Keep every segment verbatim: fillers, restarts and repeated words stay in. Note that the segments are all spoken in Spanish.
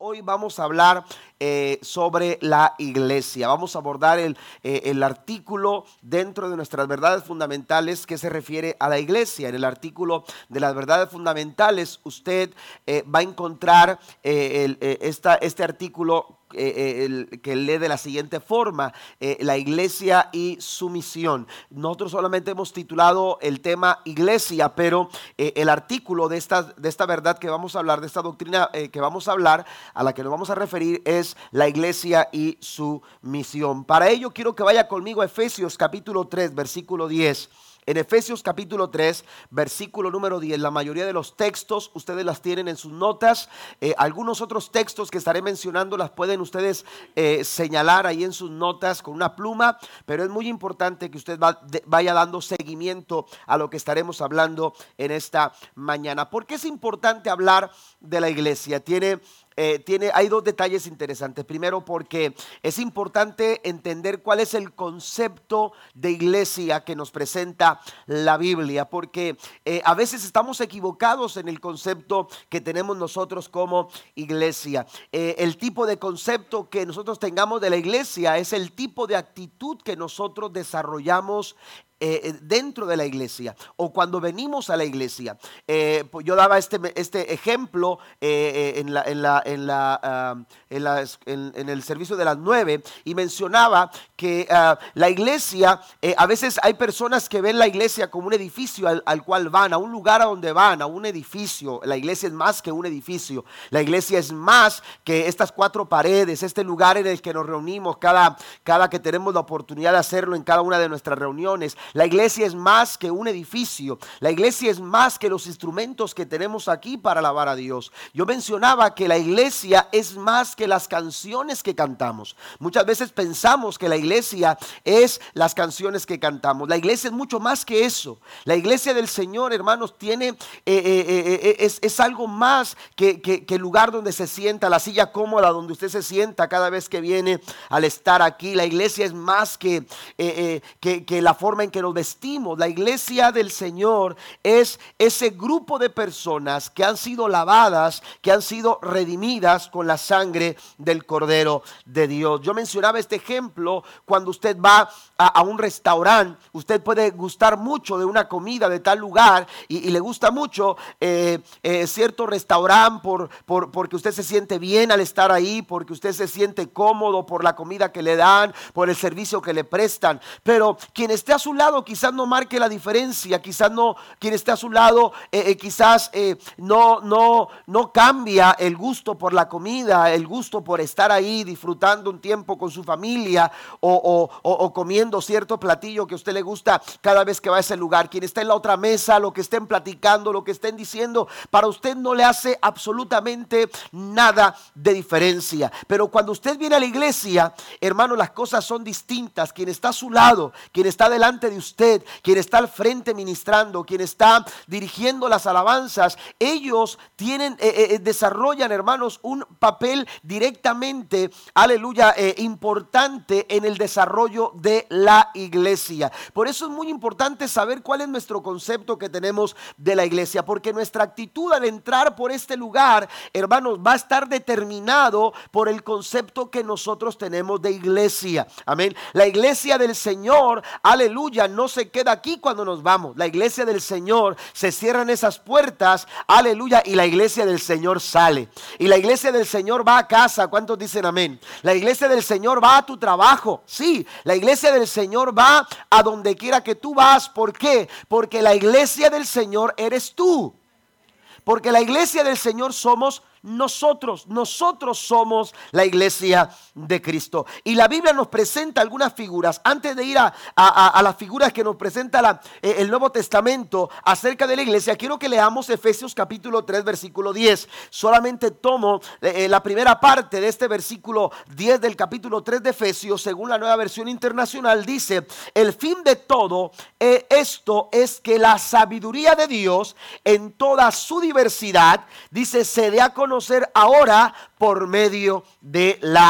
Hoy vamos a hablar eh, sobre la iglesia. Vamos a abordar el, eh, el artículo dentro de nuestras verdades fundamentales que se refiere a la iglesia. En el artículo de las verdades fundamentales usted eh, va a encontrar eh, el, eh, esta, este artículo Eh, el, que lee de la siguiente forma: eh, la iglesia y su misión. Nosotros solamente hemos titulado el tema iglesia, pero eh, el artículo de esta, de esta verdad que vamos a hablar, de esta doctrina eh, que vamos a hablar, a la que nos vamos a referir, es la iglesia y su misión. Para ello quiero que vaya conmigo a Efesios capítulo tres, versículo diez. En Efesios capítulo tres, versículo número diez, la mayoría de los textos ustedes las tienen en sus notas. Eh, algunos otros textos que estaré mencionando las pueden ustedes eh, señalar ahí en sus notas con una pluma, pero es muy importante que usted va, de, vaya dando seguimiento a lo que estaremos hablando en esta mañana. ¿Por qué es importante hablar de la iglesia? Tiene... Eh, tiene, hay dos detalles interesantes. Primero, porque es importante entender cuál es el concepto de iglesia que nos presenta la Biblia, porque eh, a veces estamos equivocados en el concepto que tenemos nosotros como iglesia. Eh, el tipo de concepto que nosotros tengamos de la iglesia es el tipo de actitud que nosotros desarrollamos Eh, dentro de la iglesia o cuando venimos a la iglesia. Eh, pues yo daba este, este ejemplo eh, en, la, en, la, en, la, uh, en, la, en, en el servicio de las nueve, y mencionaba que uh, la iglesia, eh, a veces hay personas que ven la iglesia como un edificio al, al cual van, a un lugar a donde van, a un edificio. La iglesia es más que un edificio. La iglesia es más que estas cuatro paredes, este lugar en el que nos reunimos cada, cada que tenemos la oportunidad de hacerlo en cada una de nuestras reuniones. La iglesia es más que un edificio. La iglesia es más que los instrumentos que tenemos aquí para alabar a Dios. Yo mencionaba que la iglesia es más que las canciones que cantamos. Muchas veces pensamos que la iglesia es las canciones que cantamos. La iglesia es mucho más que eso. La iglesia del Señor, hermanos, tiene eh, eh, eh, es, es algo más que, que, que el lugar donde se sienta, la silla cómoda donde usted se sienta cada vez que viene al estar aquí. La iglesia es más que, eh, eh, que, que la forma en que nos vestimos. La iglesia del Señor es ese grupo de personas que han sido lavadas, que han sido redimidas con la sangre del Cordero de Dios. Yo mencionaba este ejemplo cuando usted va a, a un restaurante. Usted puede gustar mucho de una comida de tal lugar y, y le gusta mucho eh, eh, cierto restaurante por, por, porque usted se siente bien al estar ahí, porque usted se siente cómodo por la comida que le dan, por el servicio que le prestan. Pero quien esté a su lado quizás no marque la diferencia, quizás no, quien esté a su lado eh, eh, quizás eh, no, no, no cambia el gusto por la comida, el gusto por estar ahí disfrutando un tiempo con su familia o, o, o, o comiendo cierto platillo que a usted le gusta cada vez que va a ese lugar. Quien está en la otra mesa, lo que estén platicando, lo que estén diciendo, para usted no le hace absolutamente nada de diferencia. Pero cuando usted viene a la iglesia, hermano, las cosas son distintas. Quien está a su lado, quien está delante de usted, quien está al frente ministrando, quien está dirigiendo las alabanzas, ellos tienen, eh, eh, desarrollan, hermanos, un papel directamente, aleluya, eh, importante en el desarrollo de la iglesia. Por eso es muy importante saber cuál es nuestro concepto que tenemos de la iglesia, porque nuestra actitud al entrar por este lugar, hermanos, va a estar determinado por el concepto que nosotros tenemos de iglesia. Amén. La iglesia del Señor, aleluya, no se queda aquí cuando nos vamos. La iglesia del Señor, se cierran esas puertas, aleluya, y la iglesia del Señor sale. Y la iglesia del Señor va a casa. ¿Cuántos dicen amén? La iglesia del Señor va a tu trabajo. Sí, la iglesia del Señor va a donde quiera que tú vas. ¿Por qué? Porque la iglesia del Señor eres tú. Porque la iglesia del Señor somos nosotros, nosotros somos la iglesia de Cristo. Y la Biblia nos presenta algunas figuras. Antes de ir a, a, a las figuras que nos presenta la, eh, el Nuevo Testamento acerca de la iglesia, quiero que leamos Efesios capítulo tres, versículo diez. Solamente tomo eh, la primera parte de este versículo diez del capítulo tres de Efesios, según la Nueva Versión Internacional. Dice: el fin de todo eh, esto es que la sabiduría de Dios en toda su diversidad, dice, se dé a conocer ahora por medio de la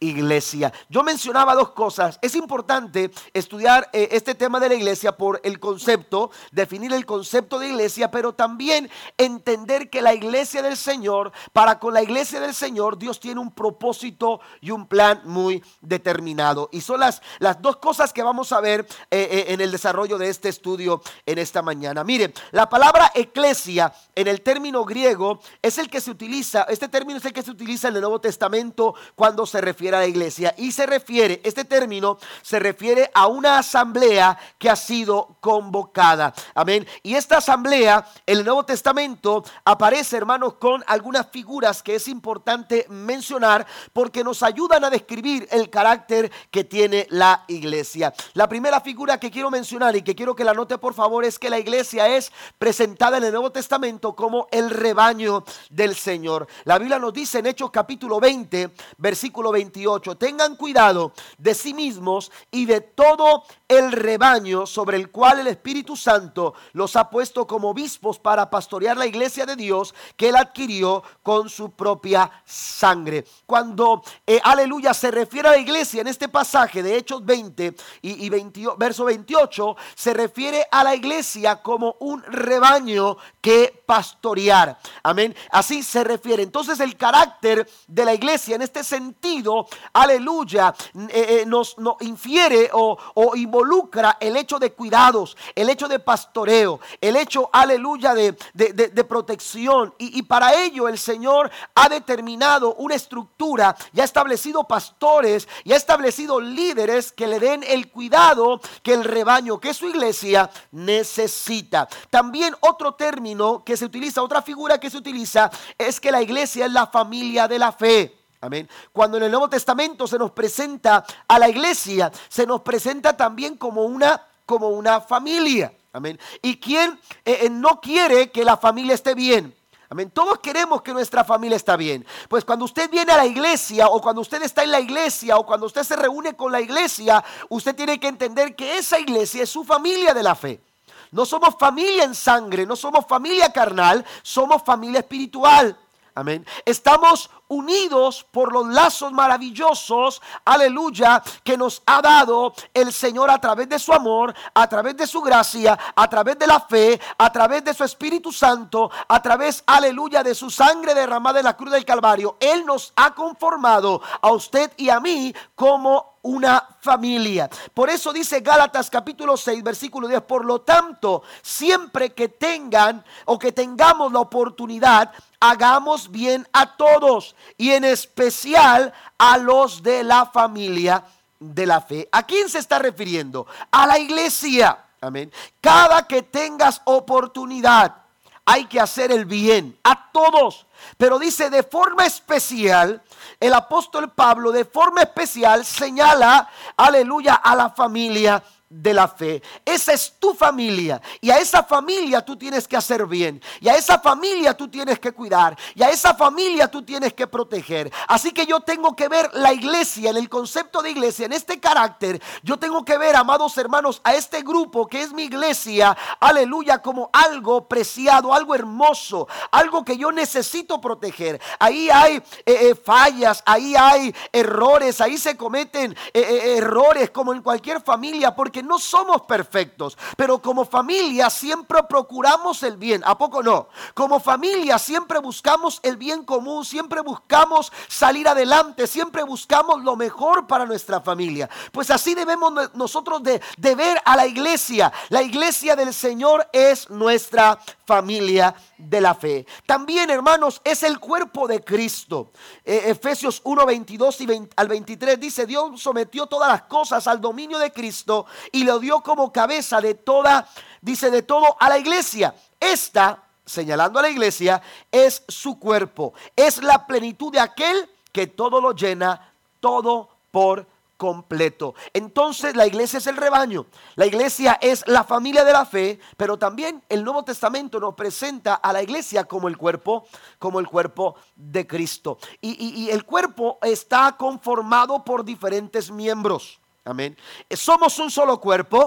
iglesia. Yo mencionaba dos cosas. Es importante estudiar eh, este tema de la iglesia por el concepto, definir el concepto de iglesia, pero también entender que la iglesia del Señor, para con la iglesia del Señor, Dios tiene un propósito y un plan muy determinado. Y son las, las dos cosas que vamos a ver eh, eh, en el desarrollo de este estudio en esta mañana. Mire, la palabra eclesia en el término griego es el que se utiliza, este término es el que se utiliza en el Nuevo Testamento cuando se refiere a la iglesia, y se refiere, este término se refiere a una asamblea que ha sido convocada. Amén. Y esta asamblea en el Nuevo Testamento aparece, hermanos, con algunas figuras que es importante mencionar porque nos ayudan a describir el carácter que tiene la iglesia. La primera figura que quiero mencionar y que quiero que la note por favor es que la iglesia es presentada en el Nuevo Testamento como el rebaño del Señor. La Biblia nos dice en Hechos capítulo veinte, versículo veintiocho: tengan cuidado de sí mismos y de todo el rebaño sobre el cual el Espíritu Santo los ha puesto como obispos para pastorear la iglesia de Dios que él adquirió con su propia sangre. Cuando, eh, aleluya, se refiere a la iglesia en este pasaje de Hechos veinte y, y veinte, verso veintiocho, se refiere a la iglesia como un rebaño que pastorear. Amén. Así se refiere. Entonces el carácter de la iglesia en este sentido, aleluya, eh, eh, nos, nos infiere o, o involucra el hecho de cuidados, el hecho de pastoreo, el hecho, aleluya, de, de, de, de protección. Y, y para ello el Señor ha determinado una estructura y ha establecido pastores y ha establecido líderes que le den el cuidado que el rebaño, que su iglesia necesita. También otro término que se utiliza, otra figura que se utiliza es que la iglesia es la familia de la fe. Amén. Cuando en el Nuevo Testamento se nos presenta a la iglesia, se nos presenta también como una, como una familia. Amén. ¿Y quién eh, no quiere que la familia esté bien? Amén. Todos queremos que nuestra familia está bien. Pues cuando usted viene a la iglesia, o cuando usted está en la iglesia, o cuando usted se reúne con la iglesia, usted tiene que entender que esa iglesia es su familia de la fe. No somos familia en sangre, no somos familia carnal, somos familia espiritual. Amén. Estamos unidos por los lazos maravillosos, aleluya, que nos ha dado el Señor a través de su amor, a través de su gracia, a través de la fe, a través de su Espíritu Santo, a través, aleluya, de su sangre derramada en la cruz del Calvario. Él nos ha conformado a usted y a mí como una familia. Por eso dice Gálatas capítulo seis versículo diez: por lo tanto, siempre que tengan o que tengamos la oportunidad, hagamos bien a todos, y en especial a los de la familia de la fe. ¿A quién se está refiriendo? A la iglesia. Amén. Cada que tengas oportunidad, hay que hacer el bien a todos. Pero dice de forma especial, el apóstol Pablo de forma especial señala, aleluya, a la familia de la fe. Esa es tu familia, y a esa familia tú tienes que hacer bien, y a esa familia tú tienes que cuidar, y a esa familia tú tienes que proteger. Así que yo tengo que ver la iglesia, en el concepto de iglesia, en este carácter. Yo tengo que ver, amados hermanos, a este grupo que es mi iglesia, aleluya, como algo preciado, algo hermoso, algo que yo necesito proteger. Ahí hay eh, eh, fallas, ahí hay errores, ahí se cometen eh, eh, errores como en cualquier familia, porque no somos perfectos, pero como familia siempre procuramos el bien. ¿A poco no? Como familia siempre buscamos el bien común, siempre buscamos salir adelante, siempre buscamos lo mejor para nuestra familia. Pues así debemos nosotros de, de ver a la iglesia. La iglesia del Señor es nuestra familia de la fe. También, hermanos, es el cuerpo de Cristo. eh, Efesios uno, veintidós y veinte, al veintitrés dice: Dios sometió todas las cosas al dominio de Cristo y lo dio como cabeza de toda, dice, de todo a la iglesia. Esta, señalando a la iglesia, es su cuerpo, es la plenitud de aquel que todo lo llena, todo por completo. Entonces la iglesia es el rebaño, la iglesia es la familia de la fe, pero también el Nuevo Testamento nos presenta a la iglesia como el cuerpo, como el cuerpo de Cristo. Y, y, y el cuerpo está conformado por diferentes miembros. Amén. Somos un solo cuerpo,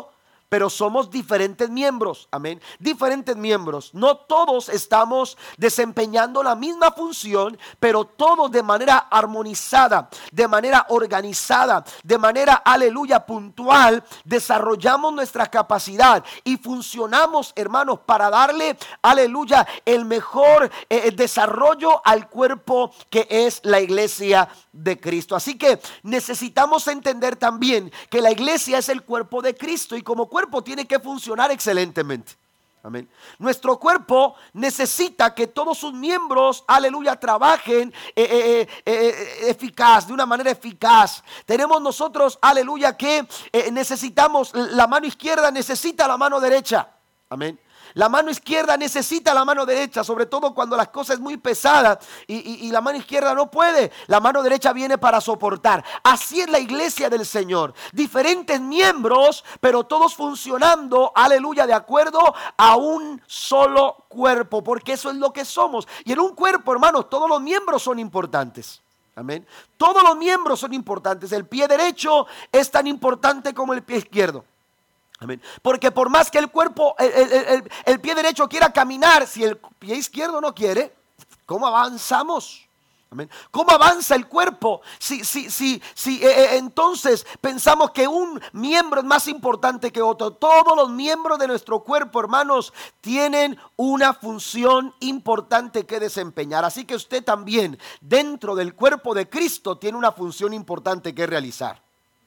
pero somos diferentes miembros, amén, diferentes miembros. No todos estamos desempeñando la misma función, pero todos de manera armonizada, de manera organizada, de manera, aleluya, puntual, desarrollamos nuestra capacidad y funcionamos, hermanos, para darle, aleluya, el mejor eh, desarrollo al cuerpo que es la iglesia de Cristo. Así que necesitamos entender también que la iglesia es el cuerpo de Cristo y como cuerpo tiene que funcionar excelentemente. Amén. Nuestro cuerpo necesita que todos sus miembros, aleluya, trabajen eh, eh, eh, eh, eficaz, de una manera eficaz. Tenemos nosotros, aleluya, que eh, necesitamos, la mano izquierda necesita la mano derecha. Amén. La mano izquierda necesita la mano derecha, sobre todo cuando las cosas es muy pesadas y, y, y la mano izquierda no puede. La mano derecha viene para soportar. Así es la iglesia del Señor. Diferentes miembros, pero todos funcionando, aleluya, de acuerdo a un solo cuerpo, porque eso es lo que somos. Y en un cuerpo, hermanos, todos los miembros son importantes. Amén. Todos los miembros son importantes. El pie derecho es tan importante como el pie izquierdo. Amén. Porque por más que el cuerpo, el, el, el, el pie derecho quiera caminar, si el pie izquierdo no quiere, ¿cómo avanzamos? Amén. ¿Cómo avanza el cuerpo? Si, si, si, si eh, eh, entonces pensamos que un miembro es más importante que otro. Todos los miembros de nuestro cuerpo, hermanos, tienen una función importante que desempeñar. Así que usted también, dentro del cuerpo de Cristo, tiene una función importante que realizar.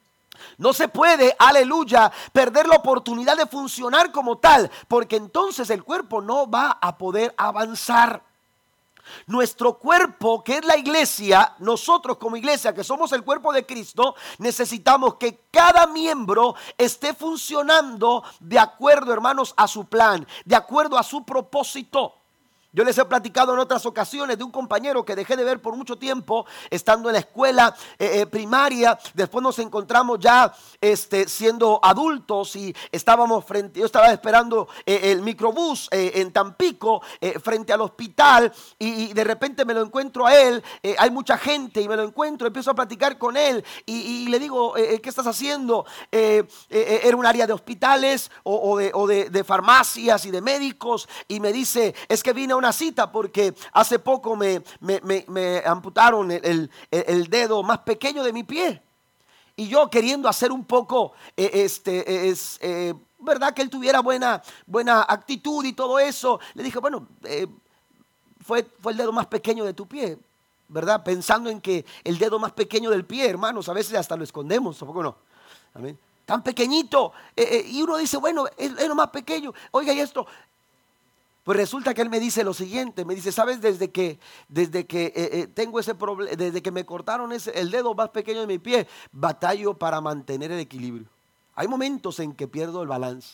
No se puede, aleluya, perder la oportunidad de funcionar como tal, porque entonces el cuerpo no va a poder avanzar. Nuestro cuerpo, que es la iglesia, nosotros como iglesia, que somos el cuerpo de Cristo, necesitamos que cada miembro esté funcionando de acuerdo, hermanos, a su plan, de acuerdo a su propósito. Yo les he platicado en otras ocasiones de un compañero que dejé de ver por mucho tiempo, estando en la escuela eh, eh, primaria. Después nos encontramos ya este, siendo adultos y estábamos frente, yo estaba esperando eh, el microbús eh, en Tampico, eh, frente al hospital, y, y de repente me lo encuentro a él. Eh, hay mucha gente y me lo encuentro, empiezo a platicar con él y, y le digo, eh, ¿qué estás haciendo? Eh, eh, era un área de hospitales o, o, de, o de, de farmacias y de médicos, y me dice, es que vine a una cita porque hace poco me, me, me, me amputaron el, el, el dedo más pequeño de mi pie. Y yo queriendo hacer un poco, eh, este, es, eh, verdad, que él tuviera buena, buena actitud y todo eso, le dije, bueno, eh, fue, fue el dedo más pequeño de tu pie, ¿verdad? Pensando en que el dedo más pequeño del pie, hermanos, a veces hasta lo escondemos, tampoco no. Amén. Tan pequeñito, eh, eh, y uno dice, bueno, es, es lo más pequeño, oiga, y esto. Pues resulta que él me dice lo siguiente, me dice, ¿sabes? Desde que, desde que eh, eh, tengo ese problema, desde que me cortaron ese, el dedo más pequeño de mi pie, batallo para mantener el equilibrio. Hay momentos en que pierdo el balance.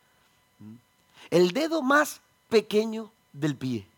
El dedo más pequeño del pie.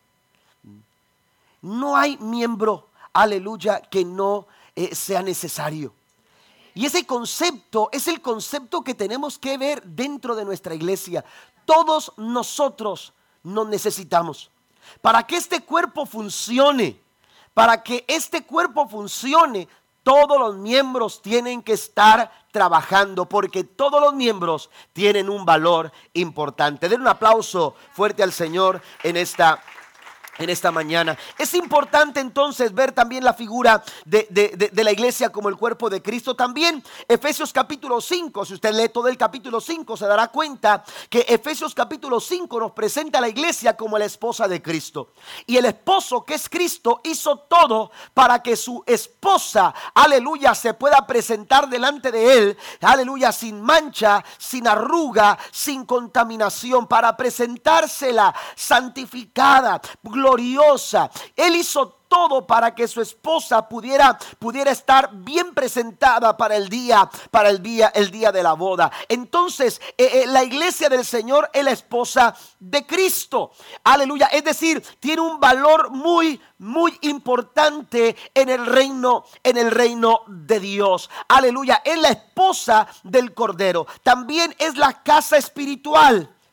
No hay miembro, aleluya, que no eh, sea necesario. Y ese concepto es el concepto que tenemos que ver dentro de nuestra iglesia. Todos nosotros nos necesitamos. Para que este cuerpo funcione, para que este cuerpo funcione, todos los miembros tienen que estar trabajando, porque todos los miembros tienen un valor importante. Den un aplauso fuerte al Señor en esta En esta mañana. Es importante entonces ver también la figura de, de, de, de la iglesia como el cuerpo de Cristo. También Efesios capítulo cinco, si usted lee todo el capítulo cinco, se dará cuenta que Efesios capítulo cinco nos presenta a la iglesia como la esposa de Cristo. Y el esposo, que es Cristo, hizo todo para que su esposa, aleluya, se pueda presentar delante de él, aleluya, sin mancha, sin arruga, sin contaminación, para presentársela santificada, gloriosa. gloriosa. Él hizo todo para que su esposa pudiera, pudiera estar bien presentada para el día, para el día, el día de la boda. Entonces, eh, eh, la iglesia del Señor es la esposa de Cristo. Aleluya. Es decir, tiene un valor muy, muy importante en el reino, en el reino de Dios. Aleluya. Es la esposa del Cordero. También es la casa espiritual.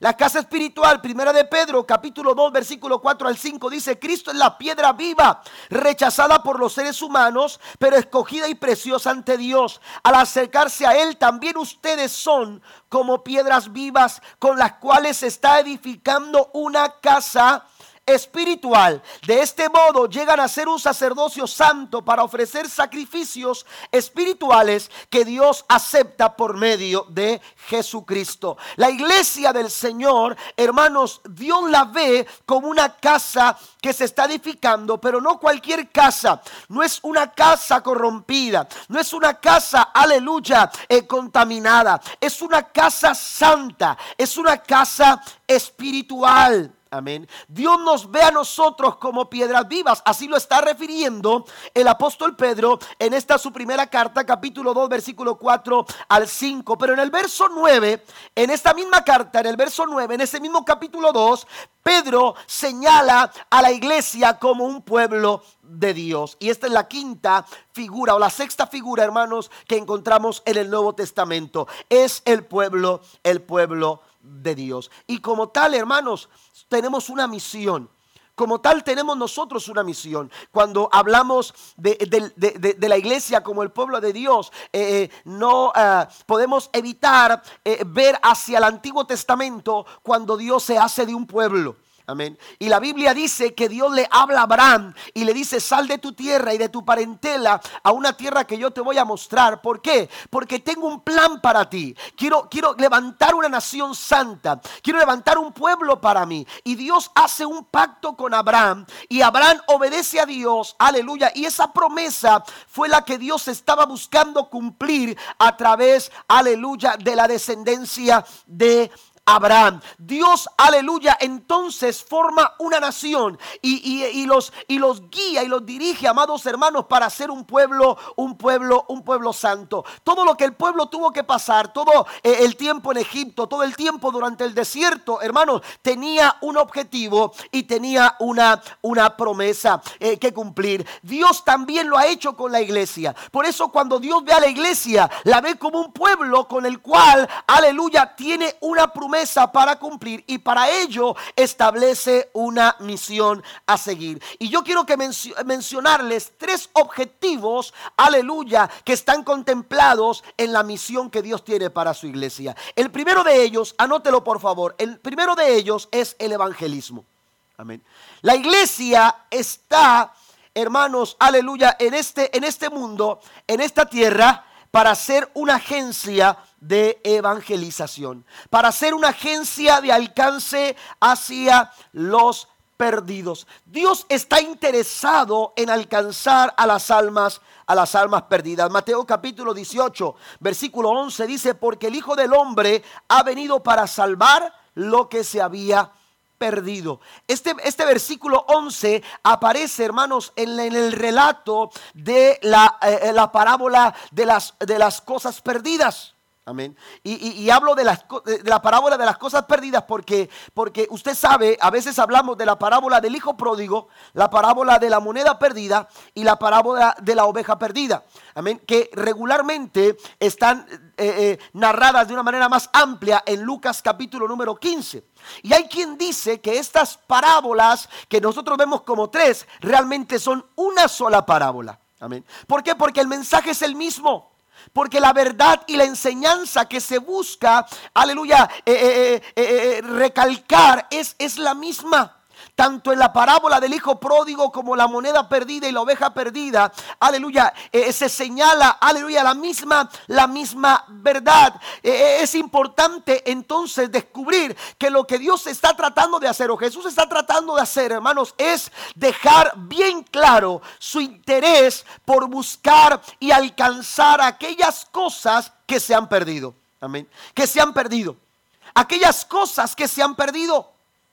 La casa espiritual, primera de Pedro, capítulo dos, versículo cuatro al cinco, dice: Cristo es la piedra viva, rechazada por los seres humanos, pero escogida y preciosa ante Dios. Al acercarse a Él, también ustedes son como piedras vivas, con las cuales se está edificando una casa espiritual. De este modo llegan a ser un sacerdocio santo para ofrecer sacrificios espirituales que Dios acepta por medio de Jesucristo. La iglesia del Señor, hermanos, Dios la ve como una casa que se está edificando, pero no cualquier casa. No es una casa corrompida, no es una casa, aleluya, eh, contaminada. Es una casa santa, es una casa espiritual. Amén. Dios nos ve a nosotros como piedras vivas. Así lo está refiriendo el apóstol Pedro en esta su primera carta, capítulo dos, versículo cuatro al cinco. Pero en el verso nueve, en esta misma carta, en el verso nueve, en ese mismo capítulo dos, Pedro señala a la iglesia como un pueblo de Dios. Y esta es la quinta figura o la sexta figura, hermanos, que encontramos en el Nuevo Testamento. Es el pueblo, el pueblo de Dios. Y como tal, hermanos, tenemos una misión. Como tal tenemos nosotros una misión. Cuando hablamos de, de, de, de, de la iglesia como el pueblo de Dios, eh, no eh, podemos evitar eh, ver hacia el Antiguo Testamento cuando Dios se hace de un pueblo. Amén. Y la Biblia dice que Dios le habla a Abraham y le dice: sal de tu tierra y de tu parentela a una tierra que yo te voy a mostrar. ¿Por qué? Porque tengo un plan para ti. Quiero, quiero levantar una nación santa. Quiero levantar un pueblo para mí. Y Dios hace un pacto con Abraham y Abraham obedece a Dios. Aleluya. Y esa promesa fue la que Dios estaba buscando cumplir a través, aleluya, de la descendencia de Abraham. Dios, aleluya, entonces forma una nación y, y, y, los, y los guía y los dirige, amados hermanos, para ser un pueblo, un pueblo, un pueblo santo. Todo lo que el pueblo tuvo que pasar, todo eh, el tiempo en Egipto, todo el tiempo durante el desierto, hermanos, tenía un objetivo y tenía una, una promesa eh, que cumplir. Dios también lo ha hecho con la iglesia. Por eso cuando Dios ve a la iglesia, la ve como un pueblo con el cual, aleluya, tiene una promesa para cumplir, y para ello establece una misión a seguir. Y yo quiero que mencio- mencionarles tres objetivos, aleluya, que están contemplados en la misión que Dios tiene para su iglesia. El primero de ellos, anótelo por favor, el primero de ellos es el evangelismo. Amén. La iglesia está, hermanos, aleluya, en este, en este mundo, en esta tierra, para ser una agencia de evangelización, para ser una agencia de alcance hacia los perdidos. Dios está interesado en alcanzar a las almas, a las almas perdidas. Mateo capítulo dieciocho, versículo once dice: porque el Hijo del Hombre ha venido para salvar lo que se había perdido. Este, este versículo once aparece, hermanos, en, en el relato de la, eh, la parábola de las, de las cosas perdidas. Amén. Y, y, y hablo de, las, de la parábola de las cosas perdidas porque, porque usted sabe, a veces hablamos de la parábola del hijo pródigo, la parábola de la moneda perdida y la parábola de la oveja perdida. Amén. Que regularmente están eh, eh, narradas de una manera más amplia en Lucas capítulo número quince. Y hay quien dice que estas parábolas que nosotros vemos como tres, realmente son una sola parábola. Amén. ¿Por qué? Porque el mensaje es el mismo. Porque la verdad y la enseñanza que se busca, aleluya, eh, eh, eh, eh, recalcar es, es la misma. Tanto en la parábola del hijo pródigo como la moneda perdida y la oveja perdida, aleluya, eh, se señala, aleluya, la misma, la misma verdad. Eh, es importante entonces descubrir que lo que Dios está tratando de hacer, o Jesús está tratando de hacer, hermanos, es dejar bien claro su interés por buscar y alcanzar aquellas cosas que se han perdido. Amén. Que se han perdido. Aquellas cosas que se han perdido.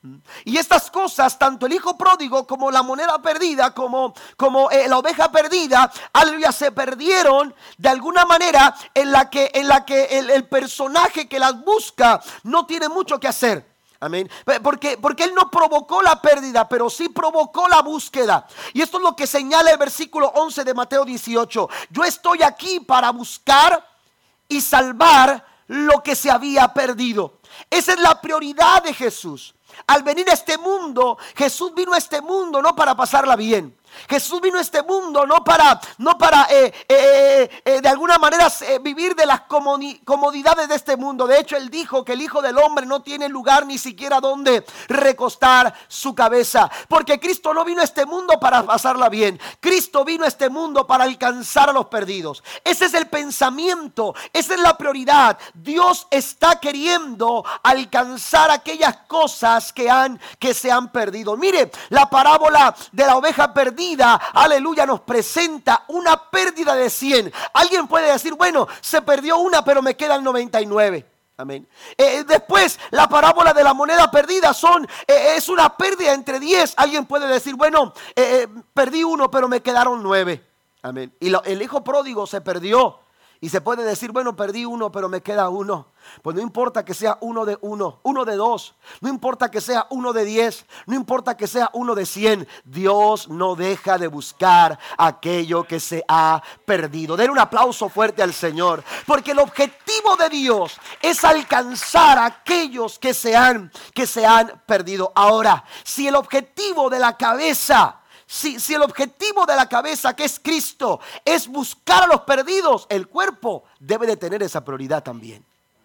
Y estas cosas, tanto el hijo pródigo como la moneda perdida, como, como eh, la oveja perdida, aleluya, se perdieron de alguna manera en la que, en la que el, el personaje que las busca no tiene mucho que hacer. Amén. Porque, porque él no provocó la pérdida, pero sí provocó la búsqueda. Y esto es lo que señala el versículo once de Mateo dieciocho. Yo estoy aquí para buscar y salvar lo que se había perdido. Esa es la prioridad de Jesús. Al venir a este mundo, Jesús vino a este mundo no para pasarla bien. Jesús vino a este mundo no para, no para eh, eh, eh, de alguna manera eh, vivir de las comodidades de este mundo. De hecho, Él dijo que el Hijo del Hombre no tiene lugar ni siquiera donde recostar su cabeza. Porque Cristo no vino a este mundo para pasarla bien. Cristo vino a este mundo para alcanzar a los perdidos. Ese es el pensamiento, esa es la prioridad. Dios está queriendo alcanzar aquellas cosas que, han, que se han perdido. Mire, la parábola de la oveja perdida, aleluya, nos presenta una pérdida de cien. Alguien puede decir, bueno, se perdió una, pero me quedan noventa y nueve. Amén. Eh, después, la parábola de la moneda perdida son, eh, es una pérdida entre diez. Alguien puede decir, bueno, eh, eh, perdí uno, pero me quedaron nueve. Amén. Y lo, el hijo pródigo se perdió. Y se puede decir, bueno, perdí uno, pero me queda uno. Pues no importa que sea uno de uno, uno de dos. No importa que sea uno de diez. No importa que sea uno de cien. Dios no deja de buscar aquello que se ha perdido. Den un aplauso fuerte al Señor. Porque el objetivo de Dios es alcanzar a aquellos que se han, que se han perdido. Ahora, si el objetivo de la cabeza... Si, si el objetivo de la cabeza, que es Cristo, es buscar a los perdidos, el cuerpo debe de tener esa prioridad también.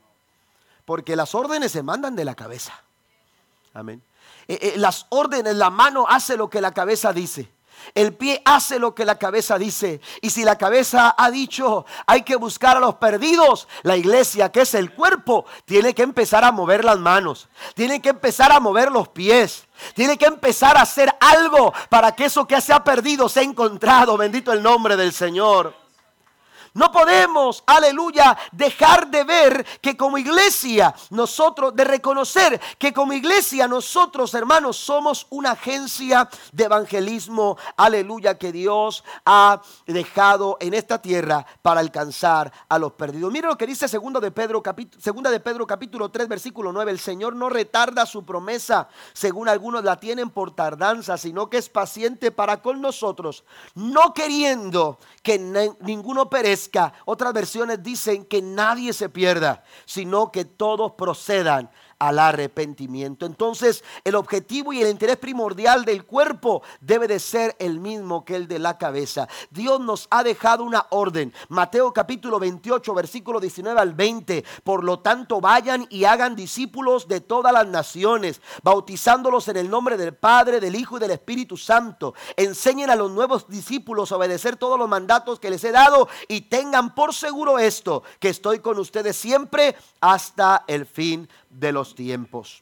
Porque las órdenes se mandan de la cabeza. Amén. Eh, eh, las órdenes, la mano hace lo que la cabeza dice. El pie hace lo que la cabeza dice. Y si la cabeza ha dicho hay que buscar a los perdidos, la iglesia, que es el cuerpo, tiene que empezar a mover las manos. Tiene que empezar a mover los pies. Tiene que empezar a hacer algo para que eso que se ha perdido sea encontrado. Bendito el nombre del Señor. No podemos, aleluya, dejar de ver que como iglesia nosotros, de reconocer que como iglesia nosotros, hermanos, somos una agencia de evangelismo, aleluya, que Dios ha dejado en esta tierra para alcanzar a los perdidos. Mire lo que dice segunda de Pedro, capítulo, segunda de Pedro capítulo tres, versículo nueve. El Señor no retarda su promesa, según algunos la tienen por tardanza, sino que es paciente para con nosotros, no queriendo que ninguno perezca. Otras versiones dicen que nadie se pierda, sino que todos procedan al arrepentimiento. Entonces, el objetivo y el interés primordial del cuerpo debe de ser el mismo que el de la cabeza. Dios nos ha dejado una orden. Mateo capítulo veintiocho, versículo diecinueve al veinte. Por lo tanto, vayan y hagan discípulos de todas las naciones, bautizándolos en el nombre del Padre, del Hijo y del Espíritu Santo. Enseñen a los nuevos discípulos a obedecer todos los mandatos que les he dado, y tengan por seguro esto, que estoy con ustedes siempre hasta el fin de los tiempos.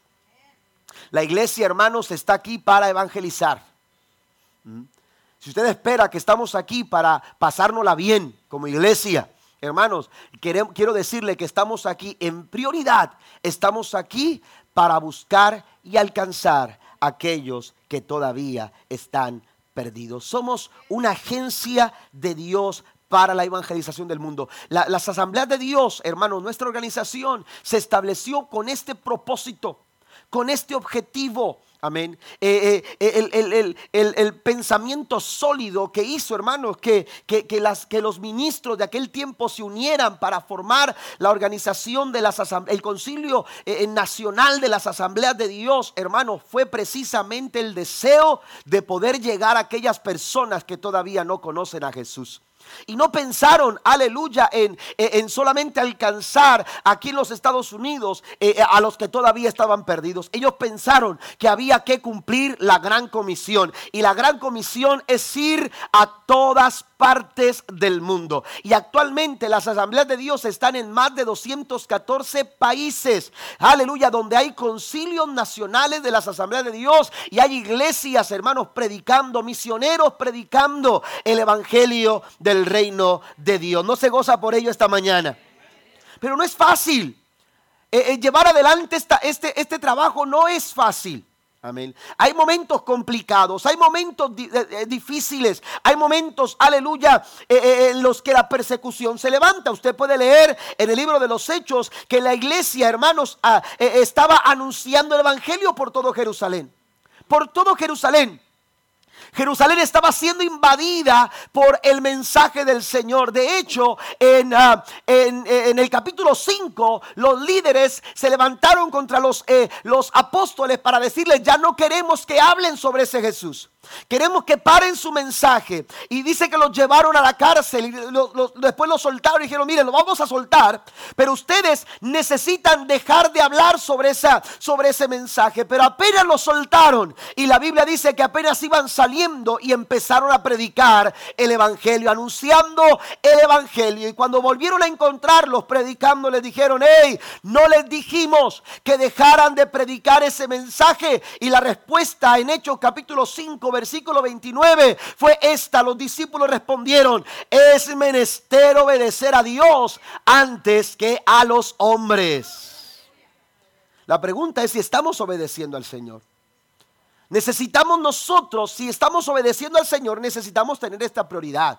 La iglesia, hermanos, está aquí para evangelizar. Si usted espera que estamos aquí para pasárnosla bien como iglesia, hermanos, quiero, quiero decirle que estamos aquí en prioridad. Estamos aquí para buscar y alcanzar a aquellos que todavía están perdidos. Somos una agencia de Dios para la evangelización del mundo. La, las asambleas de Dios, hermanos, nuestra organización se estableció con este propósito, con este objetivo. Amén. Eh, eh, el, el, el, el, el pensamiento sólido que hizo, hermanos, que, que, que, las, que los ministros de aquel tiempo se unieran para formar la organización de las asambleas, el concilio eh, nacional de las asambleas de Dios, hermanos, fue precisamente el deseo de poder llegar a aquellas personas que todavía no conocen a Jesús. Y no pensaron, aleluya, en, en solamente alcanzar aquí en los Estados Unidos eh, a los que todavía estaban perdidos. Ellos pensaron que había que cumplir la gran comisión. Y la gran comisión es ir a todas partes del mundo. Y actualmente las asambleas de Dios están en más de doscientos catorce países. Aleluya, donde hay concilios nacionales de las asambleas de Dios. Y hay iglesias, hermanos, predicando, misioneros predicando el evangelio de el reino de Dios. No se goza por ello esta mañana. Pero no es fácil. Eh, eh, llevar adelante esta, este, este trabajo no es fácil. Amén. Hay momentos complicados, hay momentos di eh, difíciles, hay momentos, aleluya, eh, eh, en los que la persecución se levanta. Usted puede leer en el libro de los Hechos que la iglesia, hermanos, ah, eh, estaba anunciando el evangelio por todo Jerusalén. Por todo Jerusalén. Jerusalén estaba siendo invadida por el mensaje del Señor. De hecho, en, uh, en, en el capítulo cinco, los líderes se levantaron contra los, eh, los apóstoles para decirles: ya no queremos que hablen sobre ese Jesús. Queremos que paren su mensaje. Y dice que los llevaron a la cárcel y lo, lo, después los soltaron y dijeron: miren, lo vamos a soltar, pero ustedes necesitan dejar de hablar sobre, esa, sobre ese mensaje. Pero apenas lo soltaron, y la Biblia dice que apenas iban saliendo y empezaron a predicar el evangelio, anunciando el evangelio. Y cuando volvieron a encontrarlos predicando, les dijeron: hey, no les dijimos que dejaran de predicar ese mensaje. Y la respuesta en Hechos capítulo cinco versículo veintinueve fue esta: los discípulos respondieron: es menester obedecer a Dios antes que a los hombres. La pregunta es si estamos obedeciendo al Señor. Necesitamos nosotros, si estamos obedeciendo al Señor, necesitamos tener esta prioridad.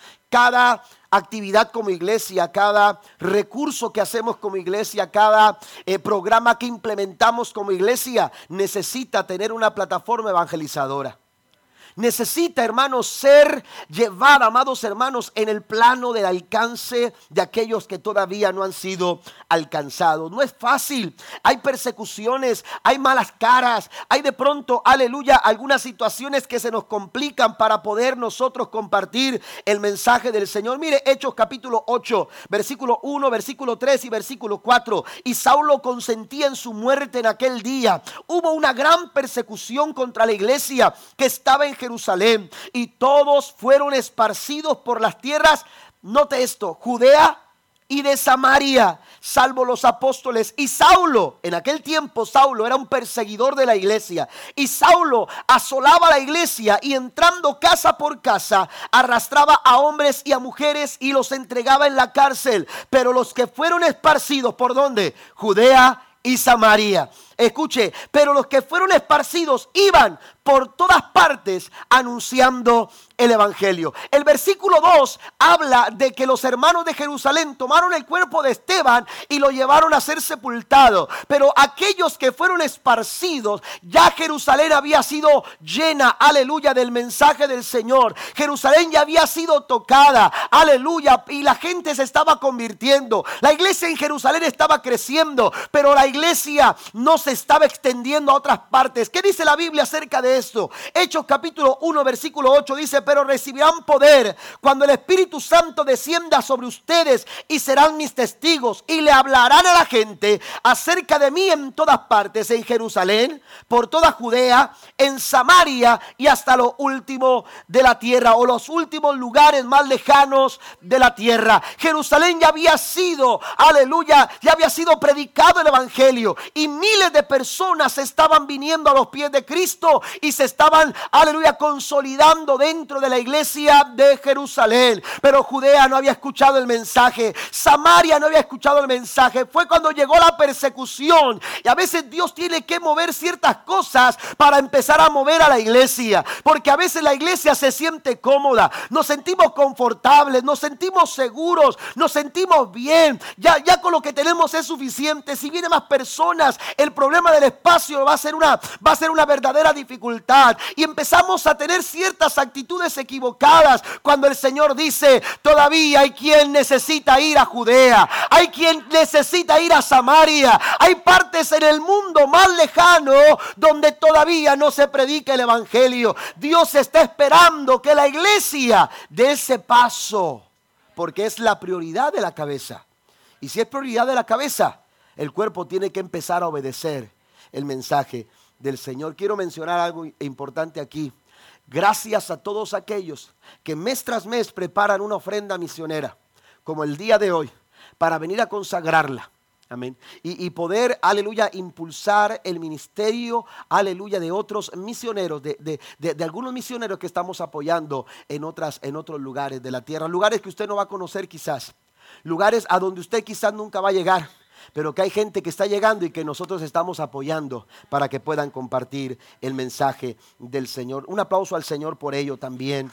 Cada actividad como iglesia, cada recurso que hacemos como iglesia, cada eh, programa que implementamos como iglesia, necesita tener una plataforma evangelizadora. Necesita, hermanos, ser llevada, amados hermanos, en el plano del alcance de aquellos que todavía no han sido alcanzados. No es fácil, hay persecuciones, hay malas caras, hay de pronto, aleluya, algunas situaciones que se nos complican para poder nosotros compartir el mensaje del Señor. Mire, Hechos capítulo ocho, versículo uno, versículo tres y versículo cuatro. Y Saulo consentía en su muerte en aquel día. Hubo una gran persecución contra la iglesia que estaba en Jerusalén, y todos fueron esparcidos por las tierras, note esto, Judea y de Samaria, salvo los apóstoles. Y Saulo, en aquel tiempo Saulo era un perseguidor de la iglesia, y Saulo asolaba la iglesia, y entrando casa por casa arrastraba a hombres y a mujeres y los entregaba en la cárcel. Pero los que fueron esparcidos, ¿por dónde? Judea y Samaria. Escuche, pero los que fueron esparcidos iban por todas partes anunciando el evangelio. El versículo dos habla de que los hermanos de Jerusalén tomaron el cuerpo de Esteban y lo llevaron a ser sepultado. Pero aquellos que fueron esparcidos, ya Jerusalén había sido llena, aleluya, del mensaje del Señor. Jerusalén ya había sido tocada, aleluya, y la gente se estaba convirtiendo. La iglesia en Jerusalén estaba creciendo, pero la iglesia no se estaba extendiendo a otras partes. ¿Qué dice la Biblia acerca de esto? Hechos capítulo uno versículo ocho dice: pero recibirán poder cuando el Espíritu Santo descienda sobre ustedes, y serán mis testigos, y le hablarán a la gente acerca de mí en todas partes, en Jerusalén, por toda Judea, en Samaria y hasta lo último de la tierra, o los últimos lugares más lejanos de la tierra. Jerusalén ya había sido, aleluya, ya había sido predicado el evangelio, y miles de personas estaban viniendo a los pies de Cristo y se estaban, aleluya, consolidando dentro de la iglesia de Jerusalén. Pero Judea no había escuchado el mensaje, Samaria no había escuchado el mensaje. Fue cuando llegó la persecución, y a veces Dios tiene que mover ciertas cosas para empezar a mover a la iglesia, porque a veces la iglesia se siente cómoda, nos sentimos confortables, nos sentimos seguros, nos sentimos bien, ya, ya con lo que tenemos es suficiente. Si vienen más personas, el problema del espacio va a ser una, va a ser una verdadera dificultad, y empezamos a tener ciertas actitudes equivocadas cuando el Señor dice: todavía hay quien necesita ir a Judea, hay quien necesita ir a Samaria, hay partes en el mundo más lejano donde todavía no se predica el evangelio. Dios está esperando que la iglesia dé ese paso, porque es la prioridad de la cabeza, y si es prioridad de la cabeza, el cuerpo tiene que empezar a obedecer el mensaje del Señor. Quiero mencionar algo importante aquí. Gracias a todos aquellos que mes tras mes preparan una ofrenda misionera, como el día de hoy, para venir a consagrarla. Amén. Y, y poder, aleluya, impulsar el ministerio, aleluya, de otros misioneros, de, de, de, de algunos misioneros que estamos apoyando en, otras, en otros lugares de la tierra. Lugares que usted no va a conocer quizás. Lugares a donde usted quizás nunca va a llegar, pero que hay gente que está llegando y que nosotros estamos apoyando para que puedan compartir el mensaje del Señor. Un aplauso al Señor por ello también.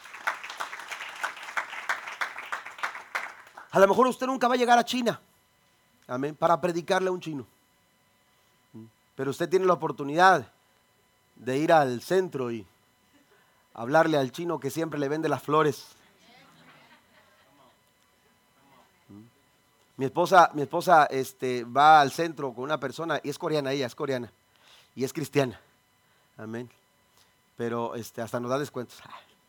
A lo mejor usted nunca va a llegar a China, amén, para predicarle a un chino, pero usted tiene la oportunidad de ir al centro y hablarle al chino que siempre le vende las flores. Mi esposa, mi esposa este, va al centro con una persona y es coreana, ella es coreana y es cristiana. Amén. Pero este, hasta nos da descuentos.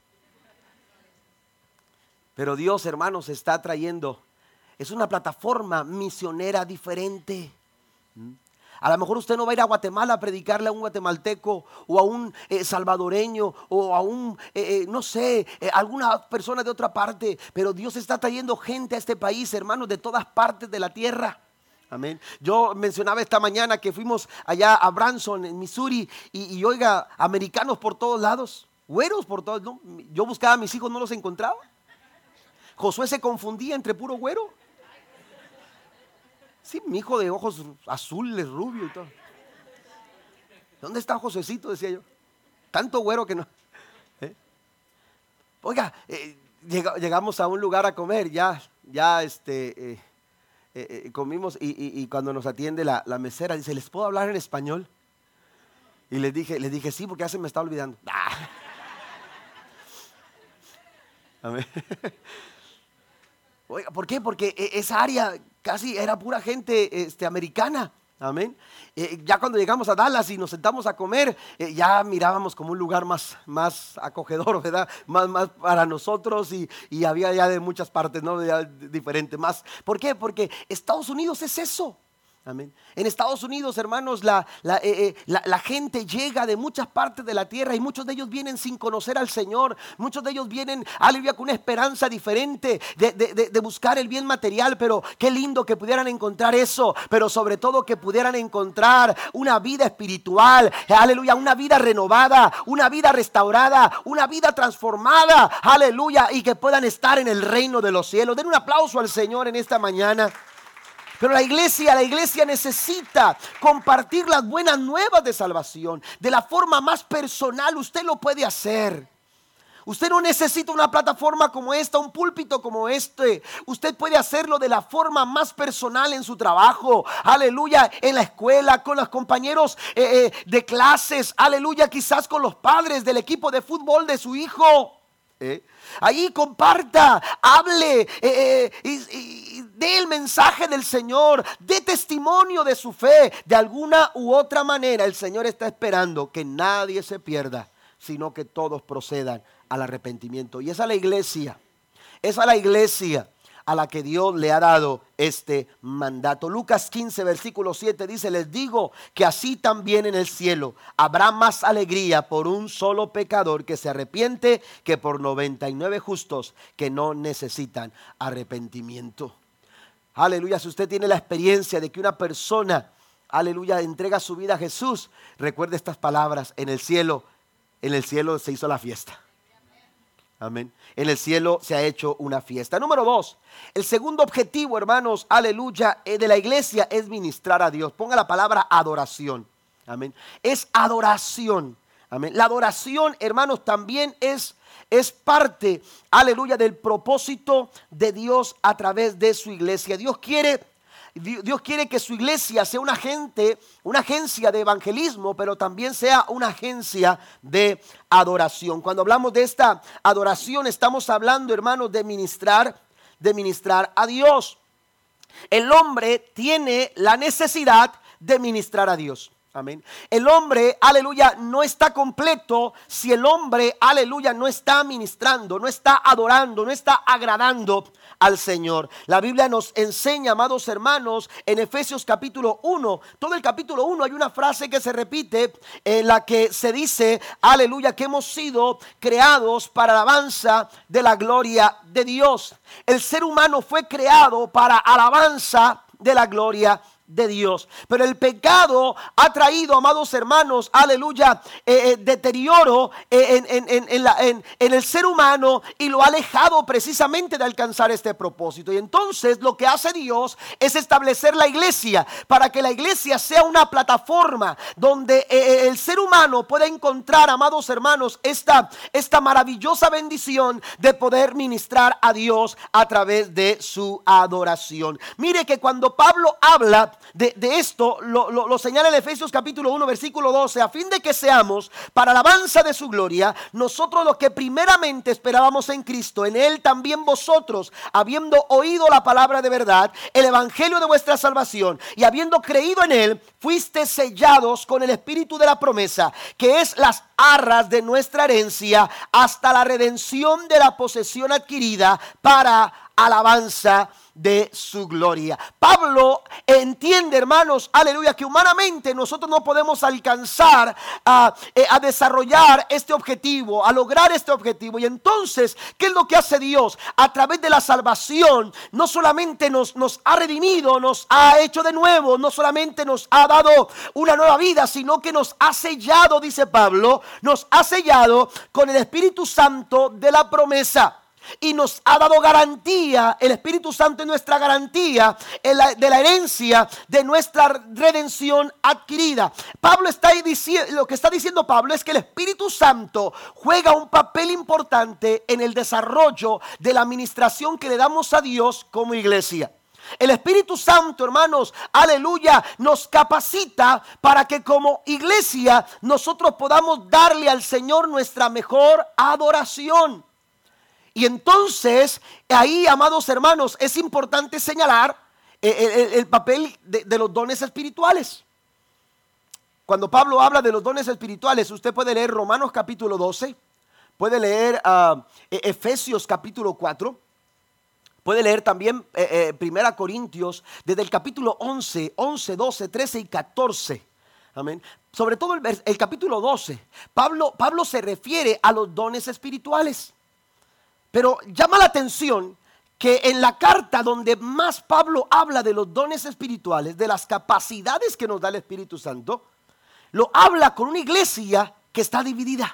Pero Dios, hermanos, está trayendo, es una plataforma misionera diferente. A lo mejor usted no va a ir a Guatemala a predicarle a un guatemalteco o a un eh, salvadoreño o a un, eh, eh, no sé, eh, alguna persona de otra parte. Pero Dios está trayendo gente a este país, hermanos, de todas partes de la tierra. Amén. Yo mencionaba esta mañana que fuimos allá a Branson, en Missouri, y, y oiga, americanos por todos lados, güeros por todos, ¿no? Yo buscaba a mis hijos, no los encontraba. Josué se confundía entre puro güero. Sí, mi hijo de ojos azules, rubio y todo. ¿Dónde está Josuecito? Decía yo. Tanto güero que no. ¿Eh? Oiga, eh, lleg llegamos a un lugar a comer, ya, ya este, eh, eh, eh, comimos y, y, y cuando nos atiende la, la mesera, dice, ¿les puedo hablar en español? Y les dije, les dije, sí, porque ya se me está olvidando. ¡Ah! Amén. Oiga, ¿por qué? Porque esa área casi era pura gente este, americana. Amén. Eh, ya cuando llegamos a Dallas y nos sentamos a comer, eh, ya mirábamos como un lugar más, más acogedor, ¿verdad? Más, más para nosotros y, y había ya de muchas partes, ¿no? Ya diferentes más. ¿Por qué? Porque Estados Unidos es eso. Amén. En Estados Unidos, hermanos, la, la, eh, eh, la, la gente llega de muchas partes de la tierra y muchos de ellos vienen sin conocer al Señor. Muchos de ellos vienen, aleluya, con una esperanza diferente de, de, de, de buscar el bien material. Pero qué lindo que pudieran encontrar eso. Pero sobre todo que pudieran encontrar una vida espiritual, aleluya, una vida renovada, una vida restaurada, una vida transformada, aleluya, y que puedan estar en el reino de los cielos. Den un aplauso al Señor en esta mañana. Pero la iglesia, la iglesia necesita compartir las buenas nuevas de salvación de la forma más personal. Usted lo puede hacer. Usted no necesita una plataforma como esta, un púlpito como este. Usted puede hacerlo de la forma más personal en su trabajo. Aleluya, en la escuela, con los compañeros eh, eh, de clases. Aleluya, quizás con los padres del equipo de fútbol de su hijo. ¿Eh? Ahí comparta, hable, eh, eh, y, y dé el mensaje del Señor, dé testimonio de su fe. De alguna u otra manera el Señor está esperando que nadie se pierda, sino que todos procedan al arrepentimiento. Y esa es la iglesia, esa es la iglesia a la que Dios le ha dado este mandato. Lucas quince, versículo siete dice, les digo que así también en el cielo habrá más alegría por un solo pecador que se arrepiente que por noventa y nueve justos que no necesitan arrepentimiento. Aleluya, si usted tiene la experiencia de que una persona, aleluya, entrega su vida a Jesús, recuerde estas palabras, en el cielo, en el cielo se hizo la fiesta. Amén. En el cielo se ha hecho una fiesta. Número dos, el segundo objetivo, hermanos, aleluya, de la iglesia es ministrar a Dios. Ponga la palabra adoración. Amén. Es adoración. Amén. La adoración, hermanos, también es, es parte, aleluya, del propósito de Dios a través de su iglesia. Dios quiere Dios quiere que su iglesia sea una agente, una agencia de evangelismo, pero también sea una agencia de adoración. Cuando hablamos de esta adoración, estamos hablando, hermanos, de ministrar, de ministrar a Dios. El hombre tiene la necesidad de ministrar a Dios. Amén. El hombre, aleluya, no está completo si el hombre, aleluya, no está ministrando, no está adorando, no está agradando al Señor. La Biblia nos enseña, amados hermanos, en Efesios capítulo uno, todo el capítulo uno hay una frase que se repite en la que se dice, aleluya, que hemos sido creados para alabanza de la gloria de Dios. El ser humano fue creado para alabanza de la gloria de Dios. de Dios, pero el pecado ha traído, amados hermanos, aleluya, eh, eh, deterioro eh, en, en, en, en, la, en, en el ser humano y lo ha alejado precisamente de alcanzar este propósito. Y entonces lo que hace Dios es establecer la iglesia para que la iglesia sea una plataforma donde eh, el ser humano pueda encontrar, amados hermanos, esta, esta maravillosa bendición de poder ministrar a Dios a través de su adoración. Mire que cuando Pablo habla de, de esto lo, lo, lo señala en Efesios capítulo uno versículo doce, a fin de que seamos para alabanza de su gloria, nosotros los que primeramente esperábamos en Cristo, en Él también vosotros, habiendo oído la palabra de verdad, el evangelio de vuestra salvación, y habiendo creído en Él, fuiste sellados con el espíritu de la promesa, que es las arras de nuestra herencia, hasta la redención de la posesión adquirida para alabanza de su gloria. Pablo entiende, hermanos, aleluya, que humanamente nosotros no podemos alcanzar a, a desarrollar este objetivo, a lograr este objetivo. Y entonces, ¿qué es lo que hace Dios? A través de la salvación, no solamente nos, nos ha redimido, nos ha hecho de nuevo, no solamente nos ha dado una nueva vida, sino que nos ha sellado, dice Pablo, nos ha sellado con el Espíritu Santo de la promesa. Y nos ha dado garantía, el Espíritu Santo es nuestra garantía de la herencia de nuestra redención adquirida. Pablo está ahí diciendo, lo que está diciendo Pablo es que el Espíritu Santo juega un papel importante en el desarrollo de la administración que le damos a Dios como iglesia. El Espíritu Santo, hermanos, aleluya, nos capacita para que como iglesia nosotros podamos darle al Señor nuestra mejor adoración. Y entonces, ahí, amados hermanos, es importante señalar el, el, el papel de, de los dones espirituales. Cuando Pablo habla de los dones espirituales, usted puede leer Romanos capítulo doce, puede leer uh, Efesios capítulo cuatro, puede leer también eh, eh, Primera Corintios, desde el capítulo once, once, doce, trece y catorce. Amén. Sobre todo el, el capítulo doce, Pablo, Pablo se refiere a los dones espirituales. Pero llama la atención que en la carta donde más Pablo habla de los dones espirituales, de las capacidades que nos da el Espíritu Santo, lo habla con una iglesia que está dividida.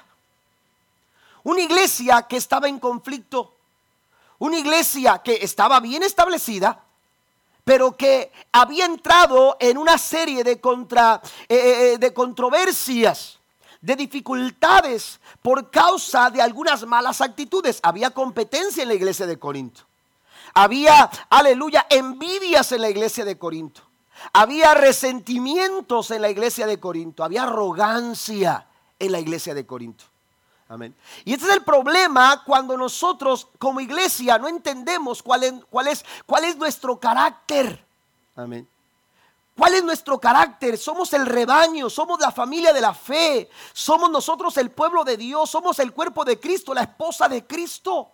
Una iglesia que estaba en conflicto. Una iglesia que estaba bien establecida, pero que había entrado en una serie de, contra, eh, de controversias, de dificultades por causa de algunas malas actitudes. Había competencia en la iglesia de Corinto. Había, aleluya, envidias en la iglesia de Corinto. Había resentimientos en la iglesia de Corinto. Había arrogancia en la iglesia de Corinto. Amén. Y este es el problema cuando nosotros como iglesia no entendemos cuál es, cuál es, cuál es nuestro carácter. Amén. ¿Cuál es nuestro carácter? Somos el rebaño, somos la familia de la fe, somos nosotros el pueblo de Dios, somos el cuerpo de Cristo, la esposa de Cristo.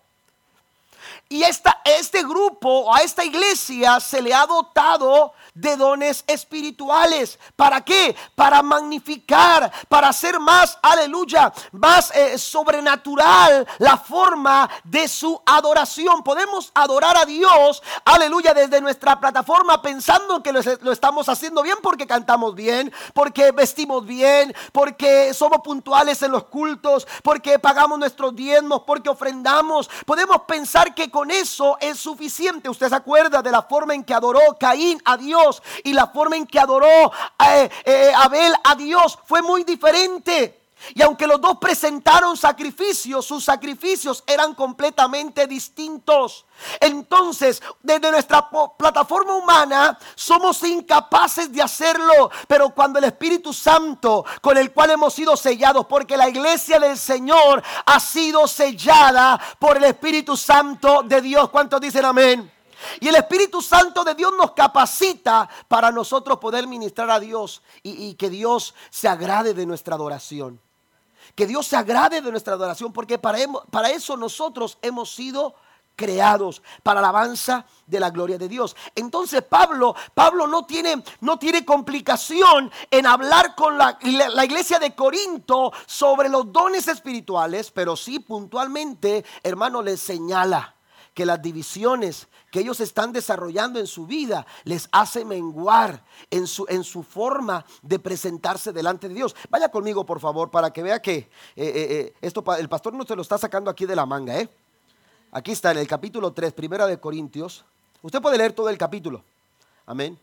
Y esta, este grupo, a esta iglesia se le ha dotado de dones espirituales. ¿Para qué? Para magnificar, para hacer más, aleluya, más eh, sobrenatural la forma de su adoración. Podemos adorar a Dios, aleluya, desde nuestra plataforma pensando que lo, lo estamos haciendo bien porque cantamos bien, porque vestimos bien, porque somos puntuales en los cultos, porque pagamos nuestros diezmos, porque ofrendamos. Podemos pensar que con eso es suficiente. Usted se acuerda de la forma en que adoró Caín a Dios y la forma en que adoró eh, eh, Abel a Dios fue muy diferente. Y aunque los dos presentaron sacrificios, sus sacrificios eran completamente distintos. Entonces, desde nuestra plataforma humana somos incapaces de hacerlo. Pero cuando el Espíritu Santo, con el cual hemos sido sellados, porque la iglesia del Señor ha sido sellada por el Espíritu Santo de Dios. ¿Cuántos dicen amén? Y el Espíritu Santo de Dios nos capacita para nosotros poder ministrar a Dios y, y que Dios se agrade de nuestra adoración. Que Dios se agrade de nuestra adoración, porque para, para eso nosotros hemos sido creados, para la alabanza de la gloria de Dios. Entonces Pablo, Pablo no tiene, no tiene complicación en hablar con la, la iglesia de Corinto sobre los dones espirituales, pero sí puntualmente, hermano, les señala que las divisiones que ellos están desarrollando en su vida les hace menguar en su, en su forma de presentarse delante de Dios. Vaya conmigo, por favor, para que vea que eh, eh, esto, el pastor no se lo está sacando aquí de la manga. ¿eh? Aquí está en el capítulo tres, Primera de Corintios. Usted puede leer todo el capítulo. Amén.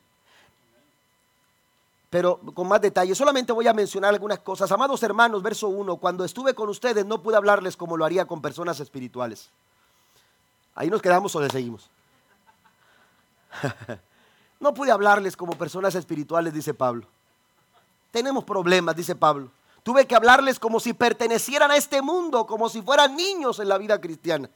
Pero con más detalle, solamente voy a mencionar algunas cosas. Amados hermanos, verso uno, cuando estuve con ustedes no pude hablarles como lo haría con personas espirituales. Ahí nos quedamos o le seguimos. No pude hablarles como personas espirituales, dice Pablo. Tenemos problemas, dice Pablo. Tuve que hablarles como si pertenecieran a este mundo, como si fueran niños en la vida cristiana.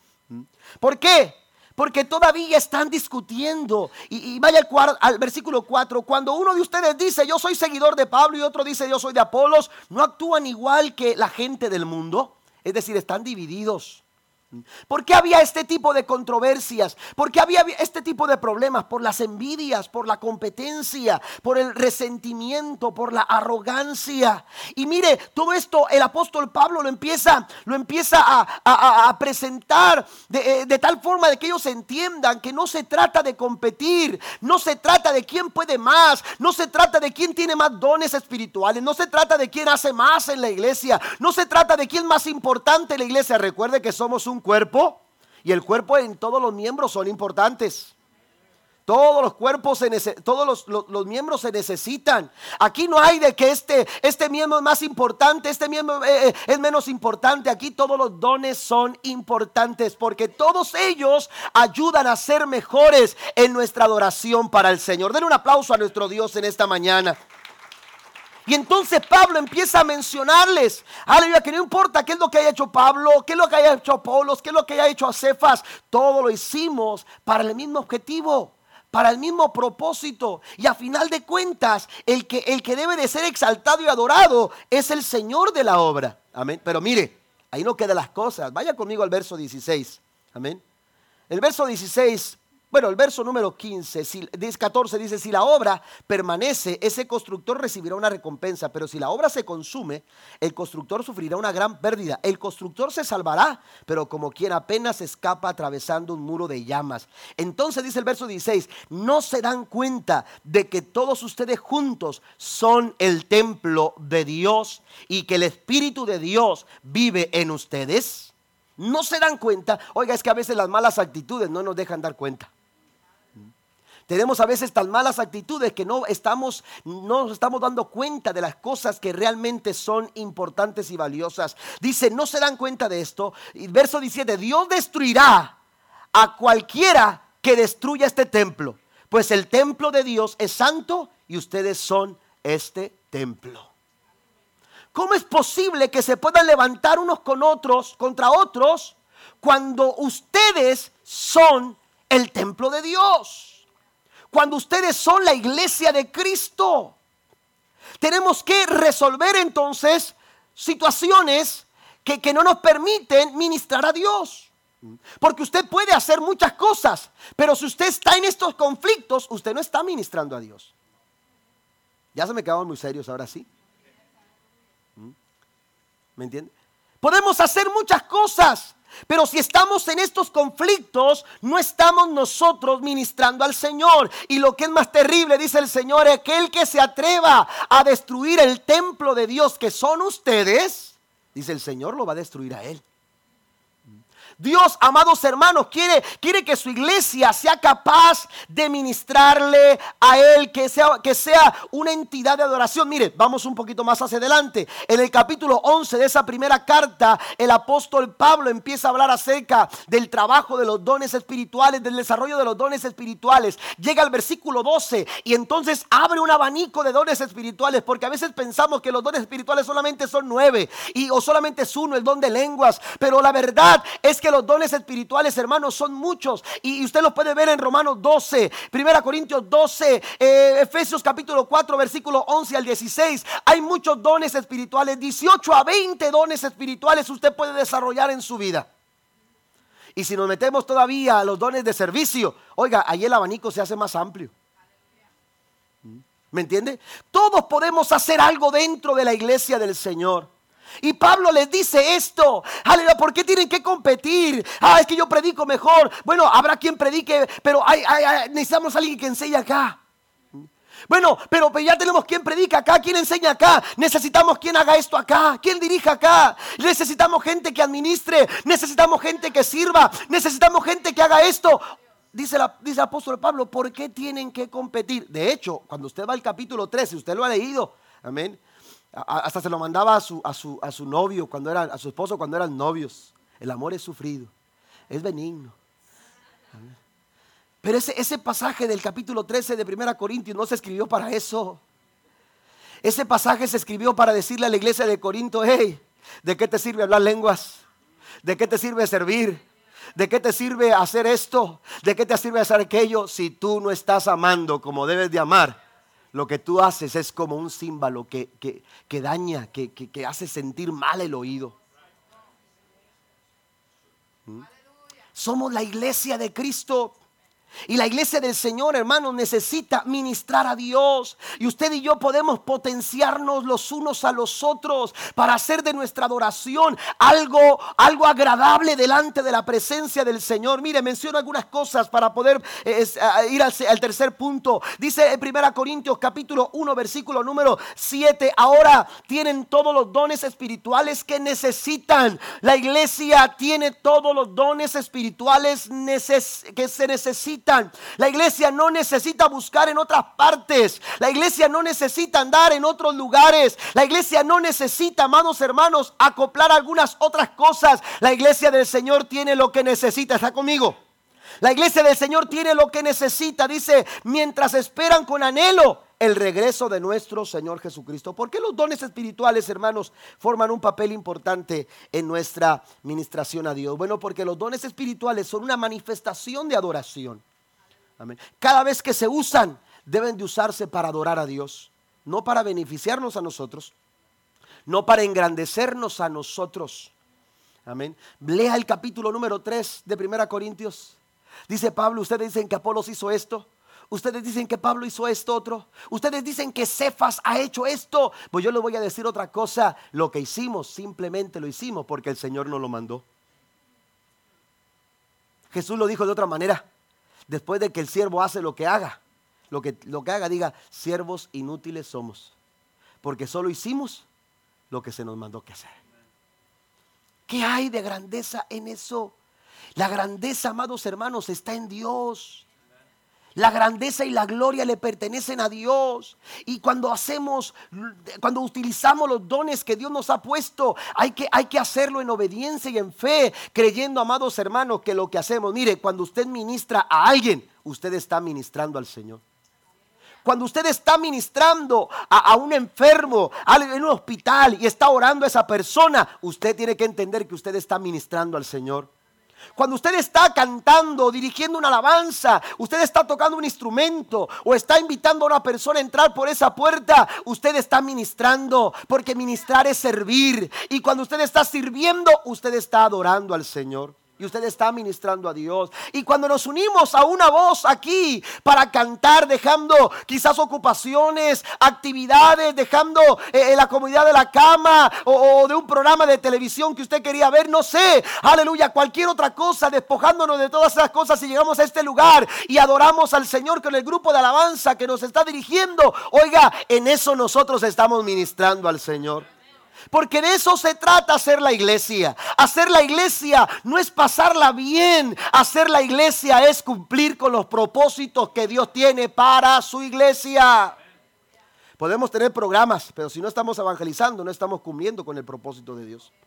¿Por qué? Porque todavía están discutiendo. Y, y vaya al, cuar, al versículo cuatro. Cuando uno de ustedes dice yo soy seguidor de Pablo y otro dice yo soy de Apolos, ¿no actúan igual que la gente del mundo? Es decir, están divididos. ¿Por qué había este tipo de controversias? ¿Por qué había este tipo de problemas? Por las envidias, por la competencia, por el resentimiento, por la arrogancia. Y mire, todo esto el apóstol Pablo lo empieza, lo empieza a, a, a presentar de, de tal forma de que ellos entiendan que no se trata de competir, no se trata de quién puede más, no se trata de quién tiene más dones espirituales, no se trata de quién hace más en la iglesia, no se trata de quién es más importante en la iglesia. Recuerde que somos un cuerpo y el cuerpo en todos los miembros son importantes. Todos los cuerpos, se nece- todos los, los, los miembros se necesitan. Aquí no hay de que este, este miembro es más importante, este miembro eh, es menos importante. Aquí todos los dones son importantes porque todos ellos ayudan a ser mejores en nuestra adoración para el Señor. Den un aplauso a nuestro Dios en esta mañana. Y entonces Pablo empieza a mencionarles, aleluya, que no importa qué es lo que haya hecho Pablo, qué es lo que haya hecho Apolos, qué es lo que haya hecho Cefas, todo lo hicimos para el mismo objetivo, para el mismo propósito. Y a final de cuentas, el que, el que debe de ser exaltado y adorado es el Señor de la obra. Amén. Pero mire, ahí no quedan las cosas. Vaya conmigo al verso dieciséis. Amén. El verso dieciséis. Bueno, el verso número quince, si, catorce dice, si la obra permanece, ese constructor recibirá una recompensa, pero si la obra se consume, el constructor sufrirá una gran pérdida. El constructor se salvará, pero como quien apenas escapa atravesando un muro de llamas. Entonces dice el verso dieciséis, ¿no se dan cuenta de que todos ustedes juntos son el templo de Dios y que el Espíritu de Dios vive en ustedes? ¿No se dan cuenta? Oiga, es que a veces las malas actitudes no nos dejan dar cuenta. Tenemos a veces tan malas actitudes que no estamos, no nos estamos dando cuenta de las cosas que realmente son importantes y valiosas. Dice, ¿no se dan cuenta de esto? Y verso diecisiete, Dios destruirá a cualquiera que destruya este templo, pues el templo de Dios es santo y ustedes son este templo. ¿Cómo es posible que se puedan levantar unos con otros, contra otros, cuando ustedes son el templo de Dios? Cuando ustedes son la iglesia de Cristo. Tenemos que resolver entonces situaciones que, que no nos permiten ministrar a Dios. Porque usted puede hacer muchas cosas, pero si usted está en estos conflictos, usted no está ministrando a Dios. Ya se me quedaban muy serios ahora sí. ¿Me entiende? Podemos hacer muchas cosas, pero si estamos en estos conflictos, no estamos nosotros ministrando al Señor. Y lo que es más terrible, dice el Señor, aquel que se atreva a destruir el templo de Dios, que son ustedes, dice el Señor, lo va a destruir a él. Dios, amados hermanos, quiere, quiere que su iglesia sea capaz de ministrarle a Él, que sea, que sea una entidad de adoración. Mire, vamos un poquito más hacia adelante. En el capítulo once de esa primera carta, el apóstol Pablo empieza a hablar acerca del trabajo de los dones espirituales, del desarrollo de los dones espirituales. Llega al versículo doce y entonces abre un abanico de dones espirituales, porque a veces pensamos que los dones espirituales solamente son nueve y, o solamente es uno, el don de lenguas. Pero la verdad es que que los dones espirituales, hermanos, son muchos y usted los puede ver en Romanos doce, primera Corintios doce, eh, Efesios capítulo cuatro, versículo once al dieciséis. Hay muchos dones espirituales, dieciocho a veinte dones espirituales usted puede desarrollar en su vida. Y si nos metemos todavía a los dones de servicio, oiga, ahí el abanico se hace más amplio. ¿Me entiende? Todos podemos hacer algo dentro de la iglesia del Señor. Y Pablo les dice esto, aleluya, ¿por qué tienen que competir? Ah, es que yo predico mejor. Bueno, habrá quien predique, pero hay, hay, hay, necesitamos a alguien que enseñe acá. Bueno, pero, pero ya tenemos quien predica acá, quien enseña acá. Necesitamos quien haga esto acá, quien dirija acá. Necesitamos gente que administre, necesitamos gente que sirva, necesitamos gente que haga esto. Dice, la, dice el apóstol Pablo, ¿por qué tienen que competir? De hecho, cuando usted va al capítulo trece, usted lo ha leído, amén. Hasta se lo mandaba a su, a su, a su novio, cuando era, a su esposo cuando eran novios. El amor es sufrido, es benigno. Pero ese, ese pasaje del capítulo trece de primera Corintios no se escribió para eso. Ese pasaje se escribió para decirle a la iglesia de Corinto: hey, ¿de qué te sirve hablar lenguas? ¿De qué te sirve servir? ¿De qué te sirve hacer esto? ¿De qué te sirve hacer aquello? Si tú no estás amando como debes de amar, lo que tú haces es como un címbalo que, que, que daña, que, que, que hace sentir mal el oído. ¿Mm? Somos la iglesia de Cristo. Y la iglesia del Señor, hermanos, necesita ministrar a Dios. Y usted y yo podemos potenciarnos los unos a los otros para hacer de nuestra adoración algo, algo agradable delante de la presencia del Señor. Mire, menciono algunas cosas para poder eh, ir al, al tercer punto. Dice en primera Corintios capítulo uno versículo número siete: ahora tienen todos los dones espirituales que necesitan. La iglesia tiene todos los dones espirituales neces- que se necesitan. La iglesia no necesita buscar en otras partes. La iglesia no necesita andar en otros lugares. La iglesia no necesita, amados hermanos, acoplar algunas otras cosas. La iglesia del Señor tiene lo que necesita. ¿Está conmigo? La iglesia del Señor tiene lo que necesita. Dice, mientras esperan con anhelo el regreso de nuestro Señor Jesucristo. ¿Por qué los dones espirituales, hermanos, forman un papel importante en nuestra ministración a Dios? Bueno, porque los dones espirituales son una manifestación de adoración. Amén. Cada vez que se usan, deben de usarse para adorar a Dios, no para beneficiarnos a nosotros, no para engrandecernos a nosotros. Amén. Lea el capítulo número tres de primera Corintios. Dice Pablo: ustedes dicen que Apolos hizo esto, ustedes dicen que Pablo hizo esto otro, ustedes dicen que Cefas ha hecho esto. Pues yo les voy a decir otra cosa: lo que hicimos simplemente lo hicimos porque el Señor nos lo mandó. Jesús lo dijo de otra manera: después de que el siervo hace lo que haga, lo que, lo que haga, diga: siervos inútiles somos, porque solo hicimos lo que se nos mandó que hacer. ¿Qué hay de grandeza en eso? La grandeza, amados hermanos, está en Dios. La grandeza y la gloria le pertenecen a Dios. Y cuando hacemos, cuando utilizamos los dones que Dios nos ha puesto, hay que, hay que hacerlo en obediencia y en fe, creyendo, amados hermanos, que lo que hacemos, mire, cuando usted ministra a alguien, usted está ministrando al Señor. Cuando usted está ministrando a, a un enfermo en un hospital y está orando a esa persona, usted tiene que entender que usted está ministrando al Señor. Cuando usted está cantando, dirigiendo una alabanza, usted está tocando un instrumento o está invitando a una persona a entrar por esa puerta, usted está ministrando, porque ministrar es servir. Y cuando usted está sirviendo, usted está adorando al Señor. Y usted está ministrando a Dios. Y cuando nos unimos a una voz aquí para cantar, dejando quizás ocupaciones, actividades, dejando eh, la comodidad de la cama o, o de un programa de televisión que usted quería ver, no sé, aleluya, cualquier otra cosa, despojándonos de todas esas cosas, y llegamos a este lugar y adoramos al Señor con el grupo de alabanza que nos está dirigiendo, oiga, en eso nosotros estamos ministrando al Señor. Porque de eso se trata hacer la iglesia. Hacer la iglesia no es pasarla bien. Hacer la iglesia es cumplir con los propósitos que Dios tiene para su iglesia. Podemos tener programas, pero si no estamos evangelizando, no estamos cumpliendo con el propósito de Dios.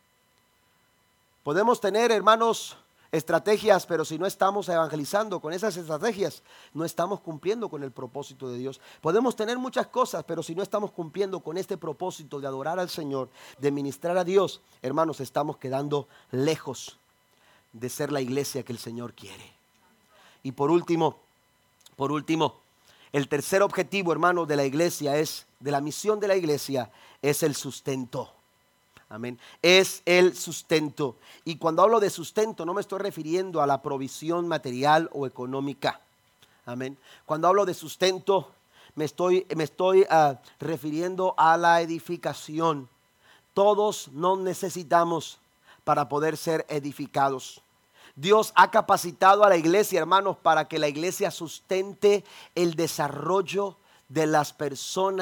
Podemos tener, hermanos, estrategias, pero si no estamos evangelizando con esas estrategias, no estamos cumpliendo con el propósito de Dios. Podemos tener muchas cosas, pero si no estamos cumpliendo con este propósito de adorar al Señor, de ministrar a Dios, hermanos, estamos quedando lejos de ser la iglesia que el Señor quiere. Y por último, por último, el tercer objetivo, hermanos, de la iglesia es, de la misión de la iglesia, es el sustento. Amén. Es el sustento. Y cuando hablo de sustento, no me estoy refiriendo a la provisión material o económica. Amén. Cuando hablo de sustento, me estoy, me estoy uh, refiriendo a la edificación. Todos nos necesitamos para poder ser edificados. Dios ha capacitado a la iglesia, hermanos, para que la iglesia sustente el desarrollo de las personas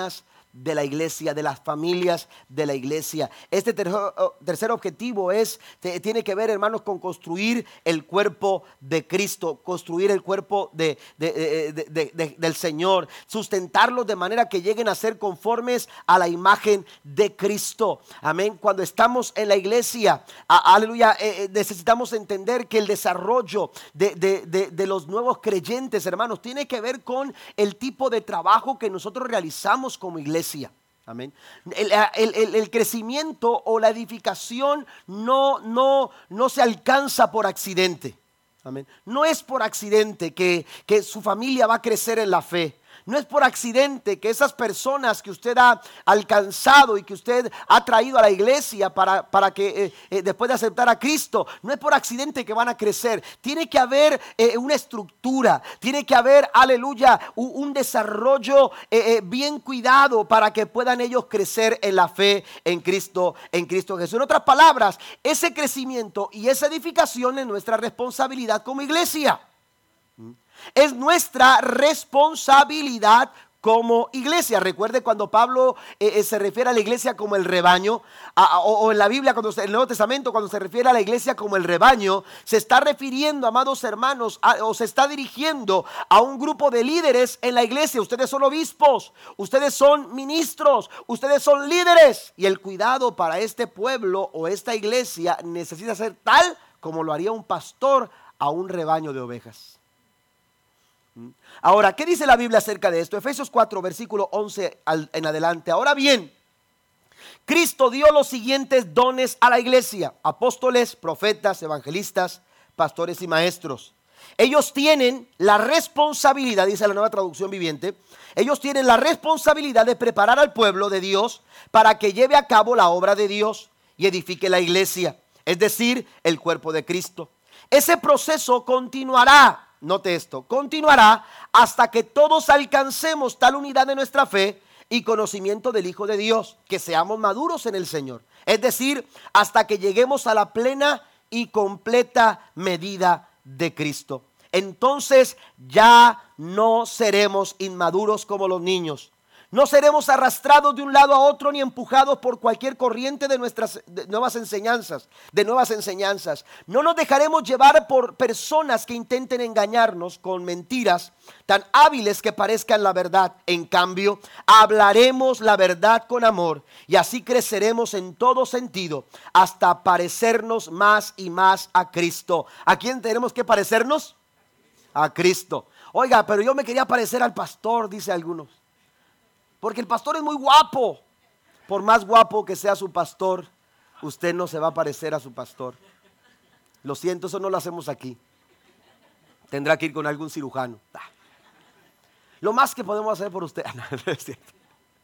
de la iglesia, de las familias de la iglesia. Este ter tercer objetivo es, te, tiene que ver, hermanos, con construir el cuerpo de Cristo, construir el cuerpo de, de, de, de, de, de, del Señor, sustentarlos de manera que lleguen a ser conformes a la imagen de Cristo. Amén. Cuando estamos en la iglesia, a, aleluya, eh, necesitamos entender que el desarrollo de, de, de, de los nuevos creyentes, hermanos, tiene que ver con el tipo de trabajo que nosotros realizamos como iglesia. Amén. El, el, el, el crecimiento o la edificación no, no, no se alcanza por accidente. Amén. No es por accidente que, que su familia va a crecer en la fe. No es por accidente que esas personas que usted ha alcanzado y que usted ha traído a la iglesia para, para que eh, eh, después de aceptar a Cristo, no es por accidente que van a crecer. Tiene que haber eh, una estructura, tiene que haber, aleluya, un, un desarrollo eh, eh, bien cuidado para que puedan ellos crecer en la fe en Cristo, en Cristo Jesús. En otras palabras, ese crecimiento y esa edificación es nuestra responsabilidad como iglesia. Es nuestra responsabilidad como iglesia. Recuerde cuando Pablo eh, eh, se refiere a la iglesia como el rebaño, a, a, o, o en la Biblia, cuando se, en el Nuevo Testamento, cuando se refiere a la iglesia como el rebaño, se está refiriendo, amados hermanos, a, o se está dirigiendo a un grupo de líderes en la iglesia. Ustedes son obispos, ustedes son ministros, ustedes son líderes, y el cuidado para este pueblo o esta iglesia necesita ser tal como lo haría un pastor a un rebaño de ovejas. Ahora, ¿qué dice la Biblia acerca de esto? Efesios cuatro, versículo once al, en adelante. Ahora bien, Cristo dio los siguientes dones a la iglesia: apóstoles, profetas, evangelistas, pastores y maestros. Ellos tienen la responsabilidad, dice la Nueva Traducción Viviente, ellos tienen la responsabilidad de preparar al pueblo de Dios para que lleve a cabo la obra de Dios y edifique la iglesia, es decir, el cuerpo de Cristo. Ese proceso continuará. Note esto, continuará hasta que todos alcancemos tal unidad de nuestra fe y conocimiento del Hijo de Dios, que seamos maduros en el Señor. Es decir, hasta que lleguemos a la plena y completa medida de Cristo. Entonces ya no seremos inmaduros como los niños. No seremos arrastrados de un lado a otro ni empujados por cualquier corriente de nuestras de nuevas enseñanzas, de nuevas enseñanzas. No nos dejaremos llevar por personas que intenten engañarnos con mentiras tan hábiles que parezcan la verdad. En cambio, hablaremos la verdad con amor y así creceremos en todo sentido hasta parecernos más y más a Cristo. ¿A quién tenemos que parecernos? A Cristo. Oiga, pero yo me quería parecer al pastor, dice algunos. Porque el pastor es muy guapo. Por más guapo que sea su pastor, usted no se va a parecer a su pastor. Lo siento, eso no lo hacemos aquí. Tendrá que ir con algún cirujano. Lo más que podemos hacer por usted. No, no es cierto.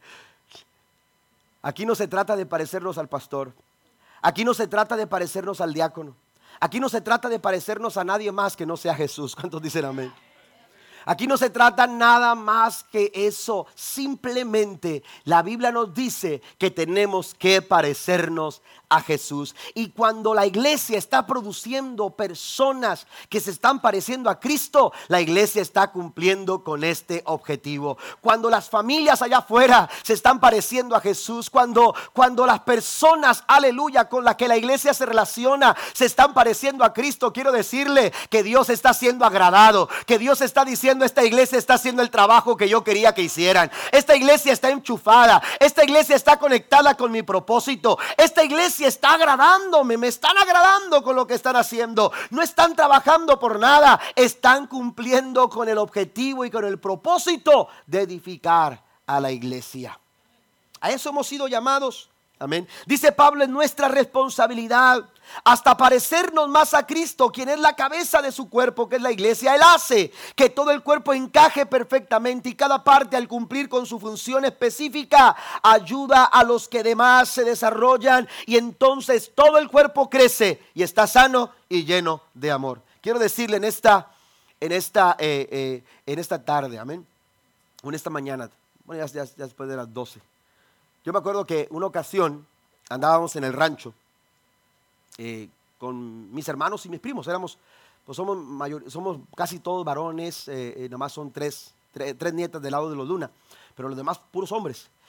Aquí no se trata de parecernos al pastor. Aquí no se trata de parecernos al diácono. Aquí no se trata de parecernos a nadie más que no sea Jesús. ¿Cuántos dicen amén? Aquí no se trata nada más que eso. Simplemente la Biblia nos dice que tenemos que parecernos a Jesús. Y cuando la iglesia está produciendo personas que se están pareciendo a Cristo, la iglesia está cumpliendo con este objetivo. Cuando las familias allá afuera se están pareciendo a Jesús, cuando, cuando las personas, aleluya, con las que la iglesia se relaciona, se están pareciendo a Cristo, quiero decirle que Dios está siendo agradado, que Dios está diciendo: esta iglesia está haciendo el trabajo que yo quería que hicieran. Esta iglesia está enchufada. Esta iglesia está conectada con mi propósito. Esta iglesia está agradándome, me están agradando con lo que están haciendo. No están trabajando por nada, están cumpliendo con el objetivo y con el propósito de edificar a la iglesia. A eso hemos sido llamados. Amén. Dice Pablo: es nuestra responsabilidad hasta parecernos más a Cristo, quien es la cabeza de su cuerpo, que es la iglesia. Él hace que todo el cuerpo encaje perfectamente y cada parte, al cumplir con su función específica, ayuda a los que demás se desarrollan, y entonces todo el cuerpo crece y está sano y lleno de amor. Quiero decirle en esta, en esta, eh, eh, en esta tarde, amén, o en esta mañana, bueno, ya, ya, ya después de las doce. Yo me acuerdo que una ocasión andábamos en el rancho eh, con mis hermanos y mis primos. Éramos, pues somos, mayor, somos casi todos varones, eh, eh, nada más son tres, tres, tres nietas del lado de los Luna, pero los demás puros hombres.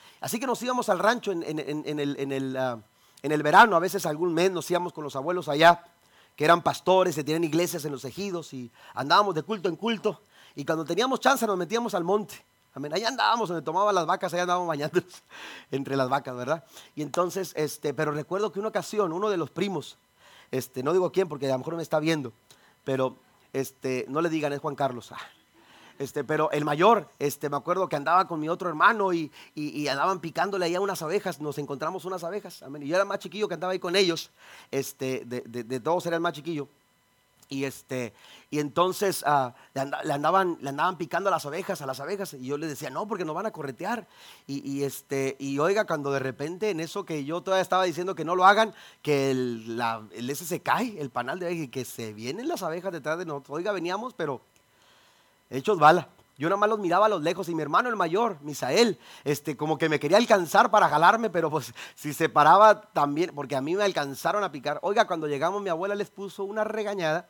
Así que nos íbamos al rancho en, en, en, en el, en, el, uh, en el verano, a veces algún mes nos íbamos con los abuelos allá, que eran pastores, que tenían iglesias en los ejidos y andábamos de culto en culto. Y cuando teníamos chance nos metíamos al monte. Amén. Allá andábamos, donde tomaban las vacas, allá andábamos bañándonos entre las vacas, ¿verdad? Y entonces, este, pero recuerdo que una ocasión, uno de los primos, este, no digo quién porque a lo mejor me está viendo, pero este, no le digan, es Juan Carlos. Este, pero el mayor, este, me acuerdo que andaba con mi otro hermano y, y, y andaban picándole ahí a unas abejas, nos encontramos unas abejas, amén. Y yo era el más chiquillo que andaba ahí con ellos, este, de, de, de todos era el más chiquillo. Y, este, y entonces uh, le, and, le, andaban, le andaban picando a las abejas, a las abejas, y yo les decía, no, porque nos van a corretear. Y, y, este, y oiga, cuando de repente en eso que yo todavía estaba diciendo que no lo hagan, que el, la, el ese se cae, el panal de abejas, y que se vienen las abejas detrás de nosotros. Oiga, veníamos, pero hechos bala. Yo nada más los miraba a los lejos y mi hermano el mayor, Misael, este, como que me quería alcanzar para jalarme, pero pues si se paraba también, porque a mí me alcanzaron a picar. Oiga, cuando llegamos mi abuela les puso una regañada.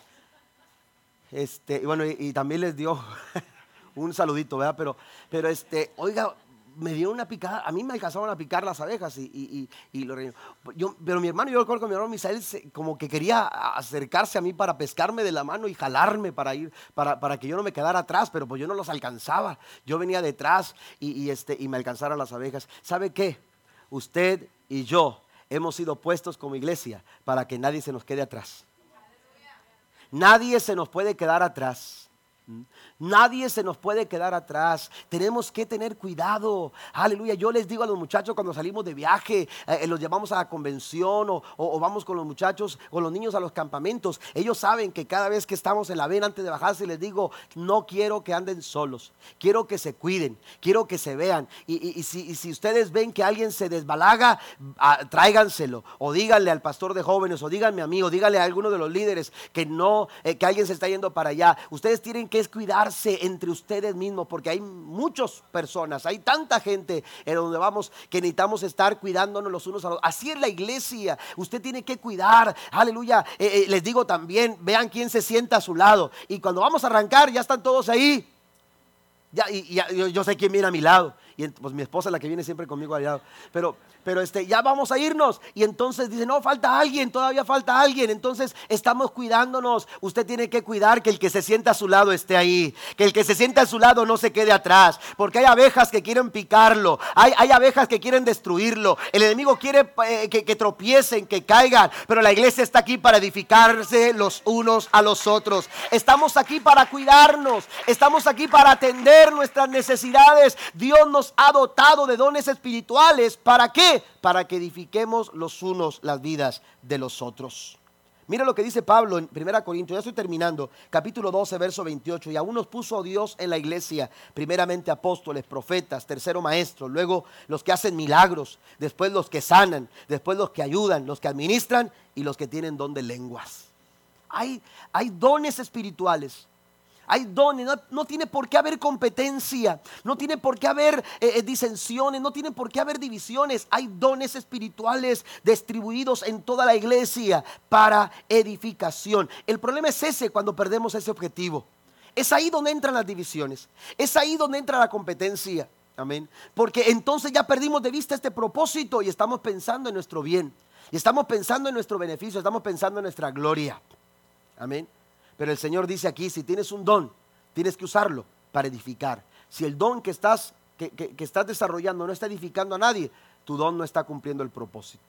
Este, y bueno, y, y también les dio un saludito, ¿verdad? Pero, pero este, oiga, me dio una picada, a mí me alcanzaron a picar las abejas y, y, y, y lo yo, pero mi hermano, yo recuerdo que mi hermano Misael se, como que quería acercarse a mí para pescarme de la mano y jalarme para ir, para, para que yo no me quedara atrás, pero pues yo no los alcanzaba, yo venía detrás y, y, este, y me alcanzaron las abejas. ¿Sabe qué? Usted y yo hemos sido puestos como iglesia para que nadie se nos quede atrás. Nadie se nos puede quedar atrás. Nadie se nos puede quedar atrás. Tenemos que tener cuidado. Aleluya. Yo les digo a los muchachos cuando salimos de viaje, eh, los llevamos a la convención o, o, o vamos con los muchachos o los niños a los campamentos. Ellos saben que cada vez que estamos en la ven antes de bajarse les digo, no quiero que anden solos. Quiero que se cuiden. Quiero que se vean. Y, y, y, si, y si ustedes ven que alguien se desbalaga, ah, tráiganselo. O díganle al pastor de jóvenes o díganme a mí o díganle a alguno de los líderes que no, eh, que alguien se está yendo para allá. Ustedes tienen que es cuidarse entre ustedes mismos porque hay muchas personas, hay tanta gente en donde vamos que necesitamos estar cuidándonos los unos a los otros. Así es la iglesia, usted tiene que cuidar, aleluya. eh, eh, les digo también, vean quién se sienta a su lado y cuando vamos a arrancar ya están todos ahí ya, y, y ya, yo, yo sé quién viene a mi lado y pues mi esposa es la que viene siempre conmigo al lado, pero Pero este, ya vamos a irnos. Y entonces dice, no, falta alguien, todavía falta alguien. Entonces estamos cuidándonos. Usted tiene que cuidar que el que se sienta a su lado esté ahí. Que el que se sienta a su lado no se quede atrás. Porque hay abejas que quieren picarlo. Hay, hay abejas que quieren destruirlo. El enemigo quiere eh, que, que tropiecen, que caigan. Pero la iglesia está aquí para edificarse los unos a los otros. Estamos aquí para cuidarnos. Estamos aquí para atender nuestras necesidades. Dios nos ha dotado de dones espirituales. ¿Para qué? Para que edifiquemos los unos las vidas de los otros. Mira lo que dice Pablo en primera Corintios, ya estoy terminando, capítulo doce, verso veintiocho. Y aún nos puso Dios en la iglesia, primeramente apóstoles, profetas, tercero maestros, luego los que hacen milagros, después los que sanan, después los que ayudan, los que administran y los que tienen don de lenguas. Hay, hay dones espirituales. Hay dones, no, no tiene por qué haber competencia, no tiene por qué haber eh, disensiones, no tiene por qué haber divisiones. Hay dones espirituales distribuidos en toda la iglesia para edificación. El problema es ese cuando perdemos ese objetivo. Es ahí donde entran las divisiones, es ahí donde entra la competencia. Amén. Porque entonces ya perdimos de vista este propósito y estamos pensando en nuestro bien, y estamos pensando en nuestro beneficio, estamos pensando en nuestra gloria. Amén. Pero el Señor dice aquí, si tienes un don, tienes que usarlo para edificar. Si el don que estás, que, que, que estás desarrollando no está edificando a nadie, tu don no está cumpliendo el propósito.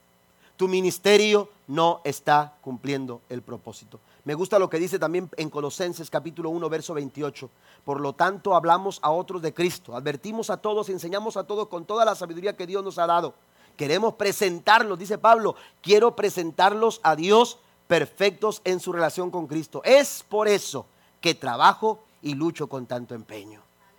Tu ministerio no está cumpliendo el propósito. Me gusta lo que dice también en Colosenses capítulo uno, verso veintiocho. Por lo tanto, hablamos a otros de Cristo, advertimos a todos, enseñamos a todos con toda la sabiduría que Dios nos ha dado. Queremos presentarlos, dice Pablo, quiero presentarlos a Dios perfectos en su relación con Cristo. Es por eso que trabajo y lucho con tanto empeño.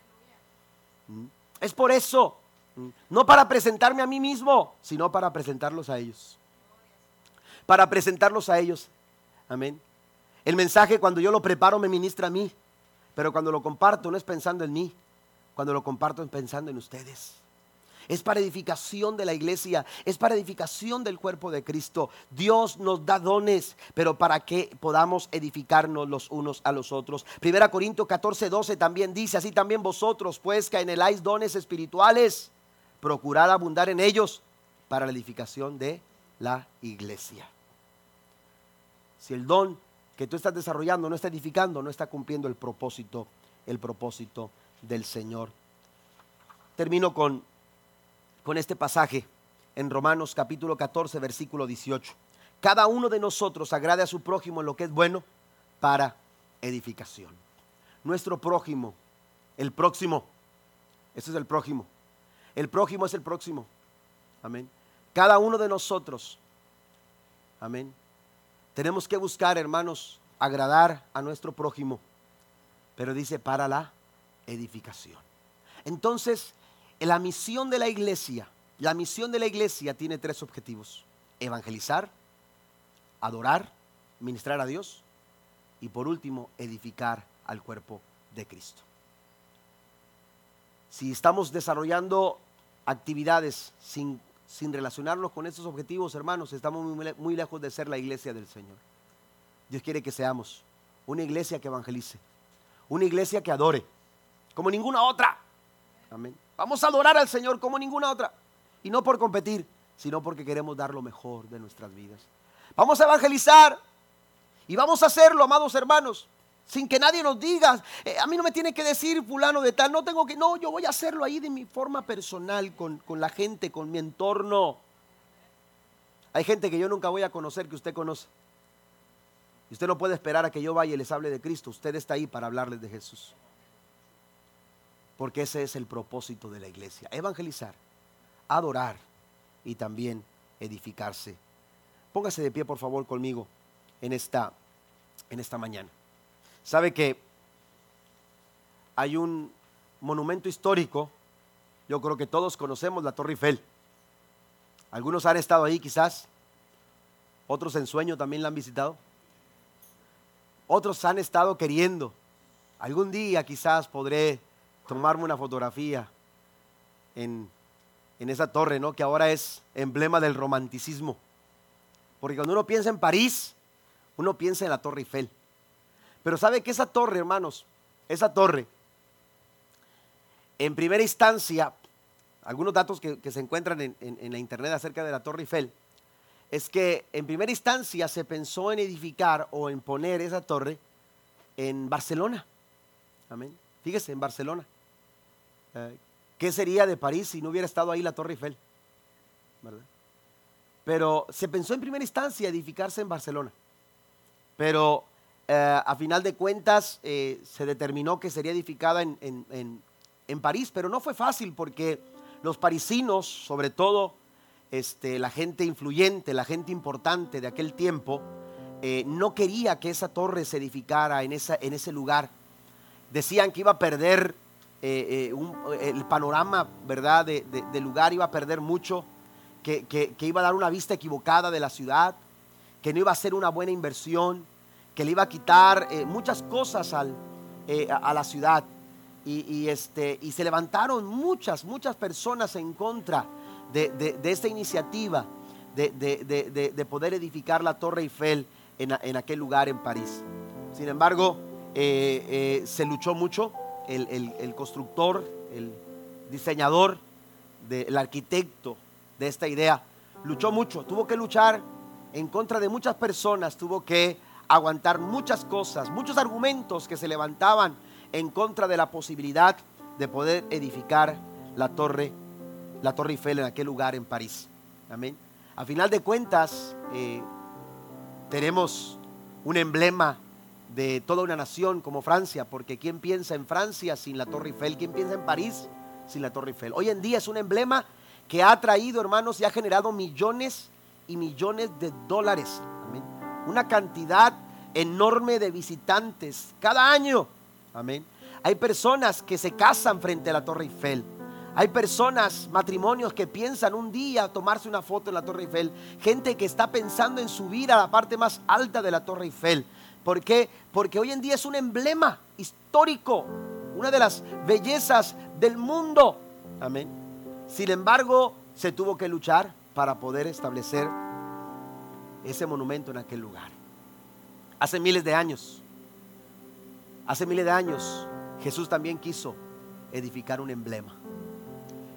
¿Mm? Es por eso, ¿Mm? no para presentarme a mí mismo, sino para presentarlos a ellos. Para presentarlos a ellos. Amén. El mensaje cuando yo lo preparo me ministra a mí, pero cuando lo comparto no es pensando en mí, cuando lo comparto es pensando en ustedes. Es para edificación de la iglesia, es para edificación del cuerpo de Cristo. Dios nos da dones, pero para que podamos edificarnos los unos a los otros. Primera Corintios catorce, doce también dice, así también vosotros, pues que anheláis dones espirituales, procurar abundar en ellos para la edificación de la iglesia. Si el don que tú estás desarrollando no está edificando, no está cumpliendo el propósito, el propósito del Señor. Termino con, con este pasaje en Romanos capítulo catorce, versículo dieciocho. Cada uno de nosotros agrade a su prójimo en lo que es bueno para edificación. Nuestro prójimo, el próximo, ese es el prójimo. El prójimo es el próximo. Amén. Cada uno de nosotros, amén, tenemos que buscar, hermanos, agradar a nuestro prójimo, pero dice para la edificación. Entonces, la misión de la iglesia, la misión de la iglesia tiene tres objetivos: evangelizar, adorar, ministrar a Dios y por último, edificar al cuerpo de Cristo. Si estamos desarrollando actividades sin, sin relacionarnos con estos objetivos, hermanos, estamos muy, muy lejos de ser la iglesia del Señor. Dios quiere que seamos una iglesia que evangelice, una iglesia que adore como ninguna otra. Amén. Vamos a adorar al Señor como ninguna otra, y no por competir, sino porque queremos dar lo mejor de nuestras vidas. Vamos a evangelizar y vamos a hacerlo, amados hermanos, sin que nadie nos diga, eh, a mí no me tiene que decir fulano de tal, no tengo que, no, yo voy a hacerlo ahí de mi forma personal, con, con la gente, con mi entorno. Hay gente que yo nunca voy a conocer, que usted conoce, y usted no puede esperar a que yo vaya y les hable de Cristo. Usted está ahí para hablarles de Jesús, porque ese es el propósito de la iglesia: evangelizar, adorar y también edificarse. Póngase de pie, por favor, conmigo en esta, en esta mañana. Sabe que hay un monumento histórico, yo creo que todos conocemos, la Torre Eiffel. Algunos han estado ahí quizás, otros en sueño también la han visitado, otros han estado queriendo. Algún día quizás podré tomarme una fotografía en, en esa torre, ¿no?, que ahora es emblema del romanticismo. Porque cuando uno piensa en París, uno piensa en la Torre Eiffel. Pero sabe que esa torre, hermanos, esa torre, en primera instancia, algunos datos que, que se encuentran en, en, en la internet acerca de la Torre Eiffel, es que en primera instancia se pensó en edificar o en poner esa torre en Barcelona. Amén. Fíjese, en Barcelona. Eh, ¿Qué sería de París si no hubiera estado ahí la Torre Eiffel? ¿Verdad? Pero se pensó en primera instancia edificarse en Barcelona. Pero eh, a final de cuentas eh, se determinó que sería edificada en, en, en, en París, pero no fue fácil porque los parisinos, sobre todo este, la gente influyente, la gente importante de aquel tiempo, eh, no quería que esa torre se edificara en, esa, en ese lugar. Decían que iba a perder eh, eh, un, el panorama, ¿verdad?, de, de, del lugar, iba a perder mucho, que, que, que iba a dar una vista equivocada de la ciudad, que no iba a ser una buena inversión, que le iba a quitar eh, muchas cosas al, eh, a, a la ciudad. Y, y, este, y se levantaron muchas, muchas personas en contra de, de, de esta iniciativa de, de, de, de, de poder edificar la Torre Eiffel en, en aquel lugar en París. Sin embargo, eh, eh, se luchó mucho. El, el, el constructor, el diseñador, de, el arquitecto de esta idea, luchó mucho, tuvo que luchar en contra de muchas personas, tuvo que aguantar muchas cosas, muchos argumentos que se levantaban en contra de la posibilidad de poder edificar la torre, la Torre Eiffel en aquel lugar en París. Amén. A final de cuentas, eh, tenemos un emblema de toda una nación como Francia, porque ¿quién piensa en Francia sin la Torre Eiffel? ¿Quién piensa en París sin la Torre Eiffel? Hoy en día es un emblema que ha traído, hermanos, y ha generado millones y millones de dólares. Amén. Una cantidad enorme de visitantes cada año. Amén. Hay personas que se casan frente a la Torre Eiffel. Hay personas, matrimonios que piensan un día tomarse una foto en la Torre Eiffel. Gente que está pensando en subir a la parte más alta de la Torre Eiffel. ¿Por qué? Porque hoy en día es un emblema histórico, una de las bellezas del mundo. Amén. Sin embargo, se tuvo que luchar para poder establecer ese monumento en aquel lugar. Hace miles de años, hace miles de años, Jesús también quiso edificar un emblema.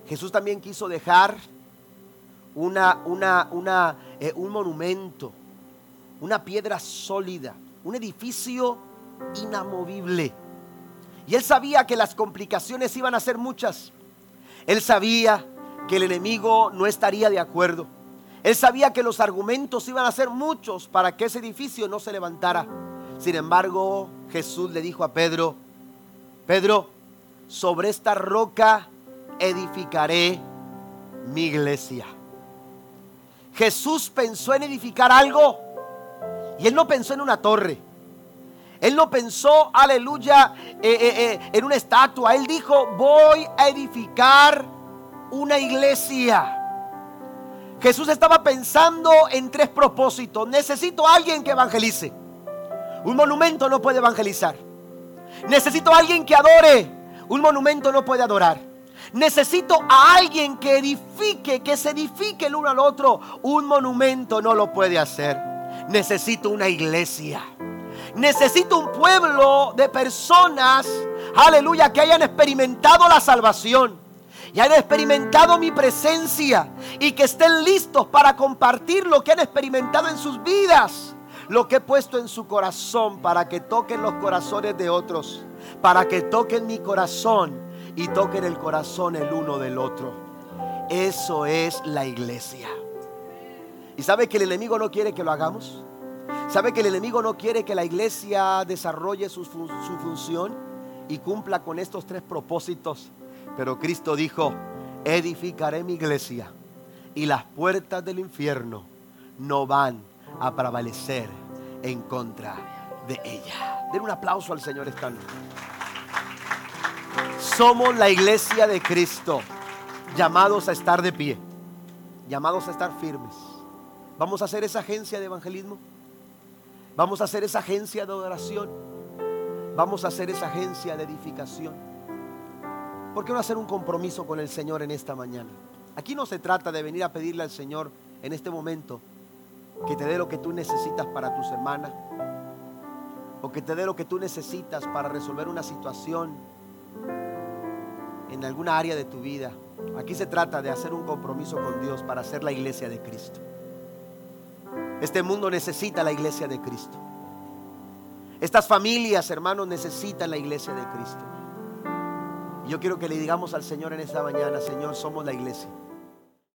Jesús también quiso dejar una, una, una, eh, un monumento, una piedra sólida, un edificio inamovible. Y Él sabía que las complicaciones iban a ser muchas. Él sabía que el enemigo no estaría de acuerdo. Él sabía que los argumentos iban a ser muchos para que ese edificio no se levantara. Sin embargo, Jesús le dijo a Pedro: Pedro, sobre esta roca edificaré mi iglesia. Jesús pensó en edificar algo, y Él no pensó en una torre. Él no pensó, aleluya, eh, eh, eh, en una estatua. Él dijo: voy a edificar una iglesia. Jesús estaba pensando en tres propósitos. Necesito a alguien que evangelice. Un monumento no puede evangelizar. Necesito a alguien que adore. Un monumento no puede adorar. Necesito a alguien que edifique, que se edifique el uno al otro. Un monumento no lo puede hacer. Necesito una iglesia. Necesito un pueblo de personas, aleluya, que hayan experimentado la salvación y hayan experimentado mi presencia, y que estén listos para compartir lo que han experimentado en sus vidas, lo que he puesto en su corazón, para que toquen los corazones de otros, para que toquen mi corazón y toquen el corazón el uno del otro. Eso es la iglesia. ¿Y sabe que el enemigo no quiere que lo hagamos? ¿Sabe que el enemigo no quiere que la iglesia desarrolle su, fun- su función y cumpla con estos tres propósitos? Pero Cristo dijo: edificaré mi iglesia y las puertas del infierno no van a prevalecer en contra de ella. Den un aplauso al Señor esta noche. Somos la iglesia de Cristo, llamados a estar de pie, llamados a estar firmes. Vamos a hacer esa agencia de evangelismo. Vamos a hacer esa agencia de adoración. Vamos a hacer esa agencia de edificación. ¿Por qué no hacer un compromiso con el Señor en esta mañana? Aquí no se trata de venir a pedirle al Señor en este momento que te dé lo que tú necesitas para tu semana, o que te dé lo que tú necesitas para resolver una situación en alguna área de tu vida. Aquí se trata de hacer un compromiso con Dios para hacer la iglesia de Cristo. Este mundo necesita la iglesia de Cristo. Estas familias, hermanos, necesitan la iglesia de Cristo. Y yo quiero que le digamos al Señor en esta mañana: Señor, somos la iglesia.